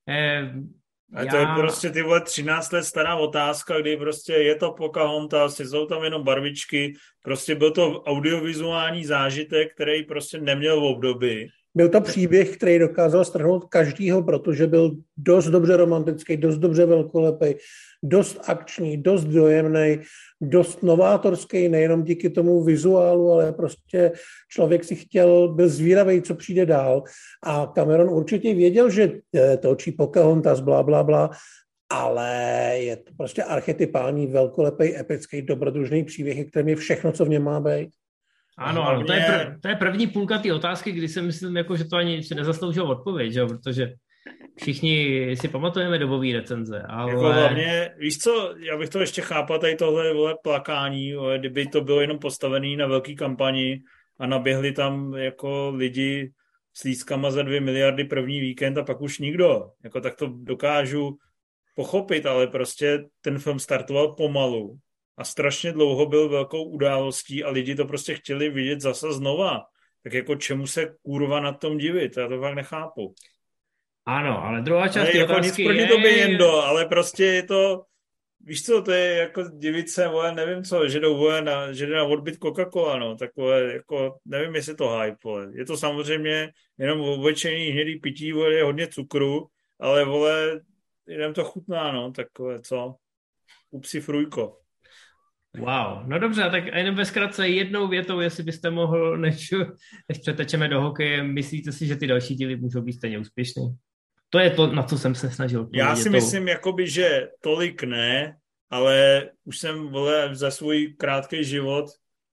A to je prostě ty vole 13 let stará otázka, kdy prostě je to Pocahontas, jsou tam jenom barvičky, prostě byl to audiovizuální zážitek, který prostě neměl v období. Byl to příběh, který dokázal strhnout každýho, protože byl dost dobře romantický, dost dobře velkolepý, dost akční, dost dojemný, dost novátorský, nejenom díky tomu vizuálu, ale prostě člověk si byl zvíravý, co přijde dál. A Cameron určitě věděl, že točí Pocahontas, blá, blá, blá, ale je to prostě archetypální, velkolepý, epický, dobrodružný příběh, který je všechno, co v něm má být. Ano, to je první půlka té otázky, kdy si myslím, jako, že to ani si nezasloužil odpověď, že? Protože všichni si pamatujeme dobový recenze, ale... Jako hlavně, víš co, já bych to ještě chápal, tady tohle vole, plakání, vole, kdyby to bylo jenom postavený na velký kampani a naběhli tam jako lidi s lístkama za 2 miliardy první víkend a pak už nikdo. Jako tak to dokážu pochopit, ale prostě ten film startoval pomalu a strašně dlouho byl velkou událostí a lidi to prostě chtěli vidět zase znova. Tak jako čemu se kurva na tom divit? Já to fakt nechápu. Ano, ale druhá část jako otázky nic proti tobě, Jendo, ale prostě je to, víš co, to je jako divit se, vole, nevím co, že jdou, vole, že jde na odbyt Coca-Cola, no, tak vole, jako, nevím, jestli to hype, vole. Je to samozřejmě jenom obyčejný hnědý pití, vole, je hodně cukru, ale, vole, jenom to chutná, no, takové, co? Upsi frujko. Wow, no dobře, tak jenom ve zkratce jednou větou, jestli byste mohl, než přetečeme do hokeje, myslíte si, že ty další díly můžou být stejně úspěšný? To je to, na co jsem se snažil. Já si myslím, jakoby, že tolik ne, ale už jsem, vole, za svůj krátký život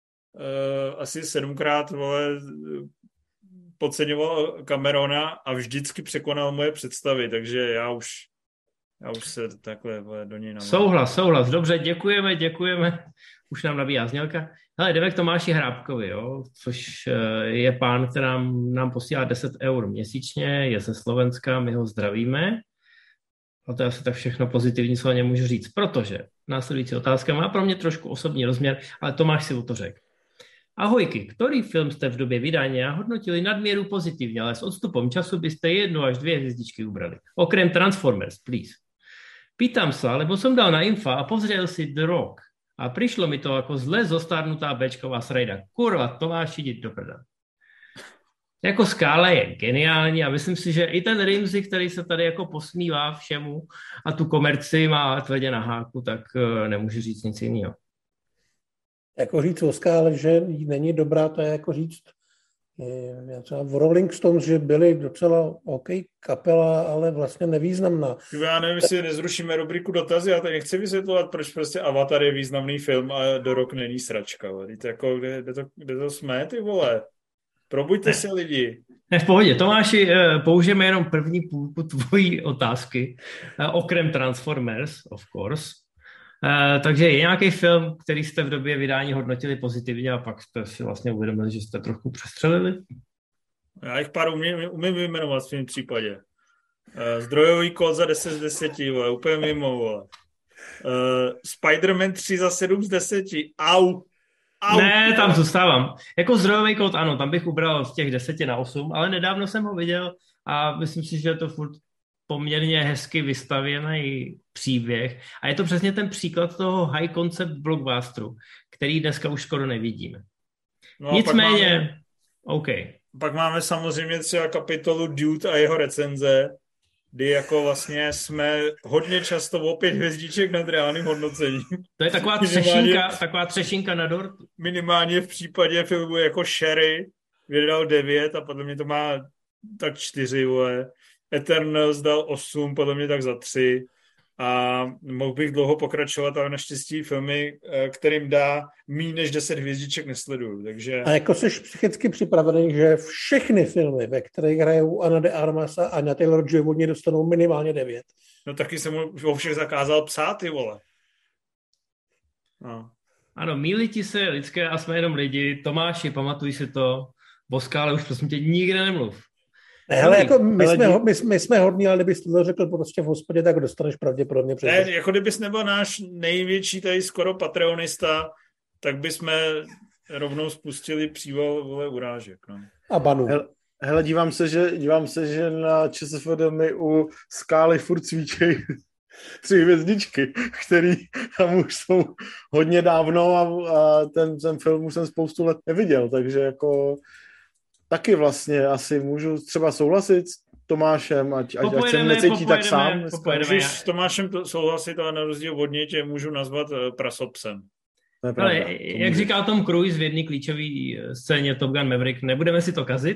asi 7krát, vole, podceňoval Camerona a vždycky překonal moje představy, takže já už se takhle, vole, do něj navádám. Souhlas, dobře, děkujeme. Už nám nabíjá znělka. Hele, jdeme k Tomáši Hrábkovi, jo, což je pán, který nám posílá 10 eur měsíčně, je ze Slovenska, my ho zdravíme. A to je asi tak všechno pozitivní, co o něm můžu říct, protože následující otázka má pro mě trošku osobní rozměr, ale Tomáš si o to řekl. Ahojky, který film jste v době vydání hodnotili nadměru pozitivně, ale s odstupem času byste 1 až 2 hvězdičky ubrali? Okrem Transformers, please. Pýtam sa, lebo som dal na Infa a pozrel si The Rock. A prišlo mi to ako zle zostárnutá bečková srejda. Kurva, Tomáš, jdi do prda. Jako skála je geniální a myslím si, že i ten Rimsey, který se tady jako posmívá všemu a tu komerci má tvrdě na háku, tak nemůžu říct nic jiného. Jako říct o skále, že není dobrá, to je jako říct třeba v Rolling Stones, že byli docela OK kapela, ale vlastně nevýznamná. Já nevím, jestli nezrušíme rubriku dotazy, já tady nechci vysvětlovat, proč prostě Avatar je významný film a The Rock není sračka. Víte, jako, kde to jsme, ty vole? Probuďte se, lidi. Ne, v pohodě. Tomáši, použijeme jenom první půlku tvojí otázky, okrem Transformers, of course. Takže je nějaký film, který jste v době vydání hodnotili pozitivně a pak jste si vlastně uvědomili, že jste trochu přestřelili? Já jich pár umím vyjmenovat v svém případě. Zdrojový kód za 10 z 10, vole, úplně mimo, vole. Spider-Man 3 za 7 z 10, au. Ne, tam zůstávám. Jako zdrojový kód, ano, tam bych ubral z těch 10 na 8, ale nedávno jsem ho viděl a myslím si, že je to furt poměrně hezky vystavěný příběh. A je to přesně ten příklad toho high concept blockbusteru, který dneska už skoro nevidíme. No, nicméně, OK. Pak máme samozřejmě třeba kapitolu Dude a jeho recenze, kdy jako vlastně jsme hodně často o 5 hvězdiček nad reálným hodnocením. To je taková třešinka na dortu. Minimálně v případě filmu jako Sherry, kde dal 9 a podle mě to má tak 4, vole. Eternals dal 8, podle mě tak za 3. A mohl bych dlouho pokračovat, ale naštěstí filmy, kterým dá méně než 10 hvězdiček, nesleduju. Takže... A jako jsi psychicky připravený, že všechny filmy, ve kterých hrajou Ana de Armas a Anya Taylor-Joy, od něj dostanou minimálně 9. No taky jsem mu o všech zakázal psát, ty vole. No. Ano, mýlí ti se lidské a jsme jenom lidi. Tomáši, pamatuj si to. O Skále už prosím tě nikde nemluv. Ne, ale jako my jsme hodní, ale kdybys to řekl prostě v hospodě, tak dostaneš pravděpodobně přes. Ne, jako kdybys nebyl náš největší tady skoro patreonista, tak bychom rovnou spustili příval, vole, urážek. No. A banu. Hele, dívám se, že na ČSFD mi u Skály furt cvičej 3 hvězdičky, který tam už jsou hodně dávno a ten film už jsem spoustu let neviděl, takže jako taky vlastně asi můžu třeba souhlasit s Tomášem, ať se necítí tak sám. Můžeš s Tomášem souhlasit, ale na rozdíl od něj tě můžu nazvat prasopsem. Ale jak říkal Tom Cruise v jedné klíčové scéně Top Gun Maverick, nebudeme si to kazit.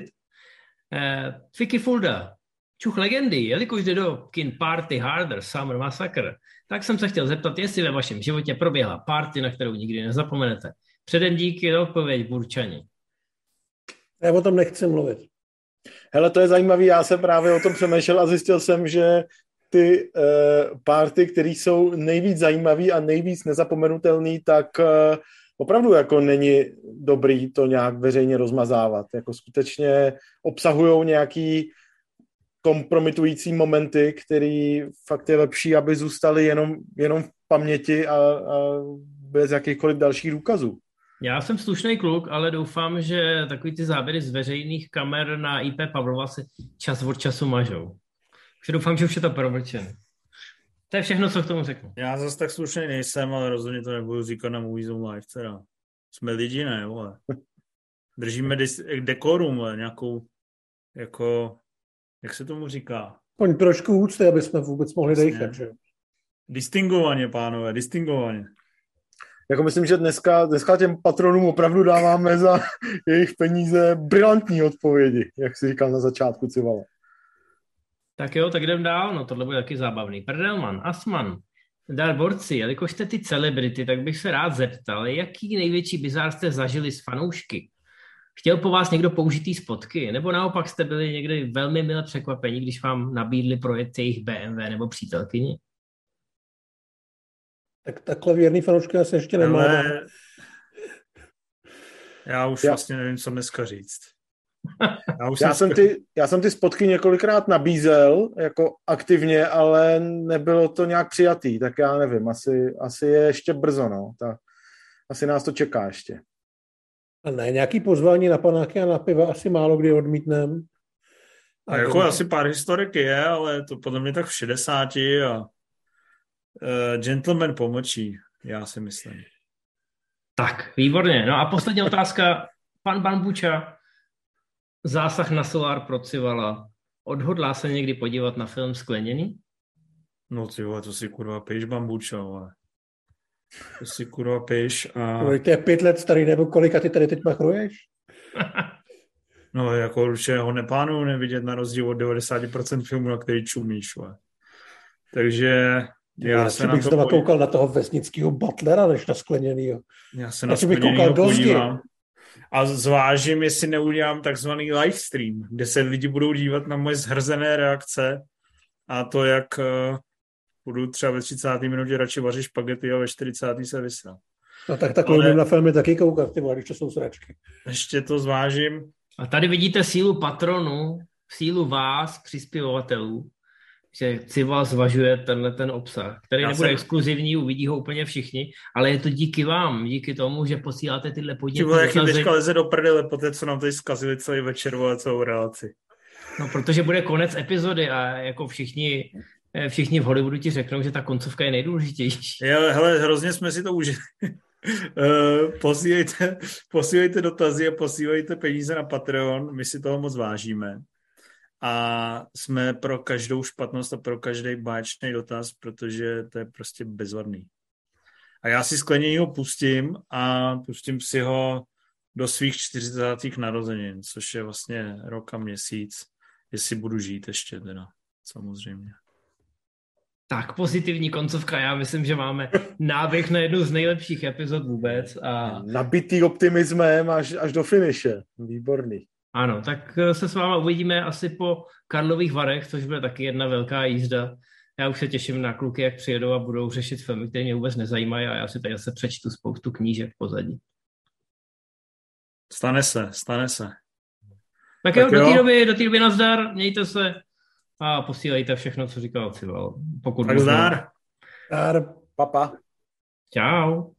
Vicky Fulda, čuch legendy, jelikož jde do kin Party Harder, Summer Massacre, tak jsem se chtěl zeptat, jestli ve vašem životě proběhla party, na kterou nikdy nezapomenete. Předem díky za odpověď, Burčani. Já o tom nechci mluvit. Hele, to je zajímavý, já jsem právě o tom přemýšlel a zjistil jsem, že ty party, které jsou nejvíc zajímavý a nejvíc nezapomenutelný, tak opravdu jako není dobrý to nějak veřejně rozmazávat. Jako skutečně obsahujou nějaký kompromitující momenty, který fakt je lepší, aby zůstaly jenom v paměti a bez jakýchkoliv dalších důkazů. Já jsem slušný kluk, ale doufám, že takový ty záběry z veřejných kamer na IP Pavlova se čas od času mažou. Takže doufám, že už je to promlčené. To je všechno, co k tomu řeknu. Já zase tak slušný nejsem, ale rozhodně to nebudu říkat na Movie Zone Live, teda. Jsme lidi, ne, vole. Držíme dekorum, vole, nějakou, jako, jak se tomu říká? Pojď trošku úcty, aby jsme vůbec mohli dejchat, že? Distingovaně, pánové, distingovaně. Jako myslím, že dneska těm patronům opravdu dáváme za jejich peníze brilantní odpovědi, jak si říkal na začátku, Civale. Tak jo, tak jdem dál, no tohle bude taky zábavný. Prdelman, Asman, Dar borci, jelikož jste ty celebrity, tak bych se rád zeptal, jaký největší bizár jste zažili s fanoušky? Chtěl po vás někdo použitý spotky? Nebo naopak jste byli někdy velmi milé překvapení, když vám nabídli projet jejich BMW nebo přítelkyni? Tak takhle věrný fanoušky se ještě nemá. Já už vlastně nevím, co dneska říct. Já jsem ty spotky několikrát nabízel jako aktivně, ale nebylo to nějak přijatý, tak já nevím, asi je ještě brzo, no. Asi nás to čeká ještě. A ne, nějaký pozvání na panáky a na piva asi málo kdy odmítnem. A jako asi pár historek je, ale to podle mě tak v 60 a gentleman pomlčí, já si myslím. Tak, výborně. No a poslední otázka. Pan Bambuča, zásah na solár pro Civala. Odhodlá se někdy podívat na film Skleněný? No ty vole, to si kurva píš, Bambuča, vole. To si kurva píš a... To je 5 let starý, nebo kolik a ty tady teď machruješ? No jako určitě ho neplánuju nevidět na rozdíl od 90% filmů, na který čumíš, vole. Takže... Já se bych znova koukal na toho vesnického butlera, než na Skleněnýho. Já se na Skleněnýho podívám. A zvážím, jestli neudělám takzvaný livestream, kde se lidi budou dívat na moje zhrzené reakce a to, jak budu třeba ve 30. minutě radši vařit špagety a ve 40. se vysrat. No tak takhle na filmy taky koukat, ty vole, když to jsou sračky. Ještě to zvážím. A tady vidíte sílu patronu, sílu vás, přispěvovatelů, že Cival zvažuje ten obsah, který nebude exkluzivní, uvidí ho úplně všichni, ale je to díky vám, díky tomu, že posíláte tyhle podněty. Ty vole, jak jim teďka leze do prdele po té, co nám tady zkazili celý večer, vole, celou relaci. No, protože bude konec epizody a jako všichni v Hollywoodu ti řeknou, že ta koncovka je nejdůležitější. Hele, hrozně jsme si to užili. Posílejte dotazy a posílejte peníze na Patreon, my si toho moc vážíme. a jsme pro každou špatnost a pro každý báječný dotaz, protože to je prostě bezvadný. A já si Skleněnýho pustím a pustím si ho do svých 40. narozenin, což je vlastně rok a měsíc, jestli budu žít ještě teda, samozřejmě. Tak, pozitivní koncovka. Já myslím, že máme náběh na jednu z nejlepších epizod vůbec. A... Nabitý optimismem až do finiše. Výborný. Ano, tak se s váma uvidíme asi po Karlových Varech, což bude taky jedna velká jízda. Já už se těším na kluky, jak přijedou a budou řešit filmy, které mě vůbec nezajímají a já si tady zase přečtu spoustu knížek v pozadí. Stane se. Tak jo, do té doby nazdar, mějte se a posílejte všechno, co říkal Cival. Tak zdar. Papa. Čau.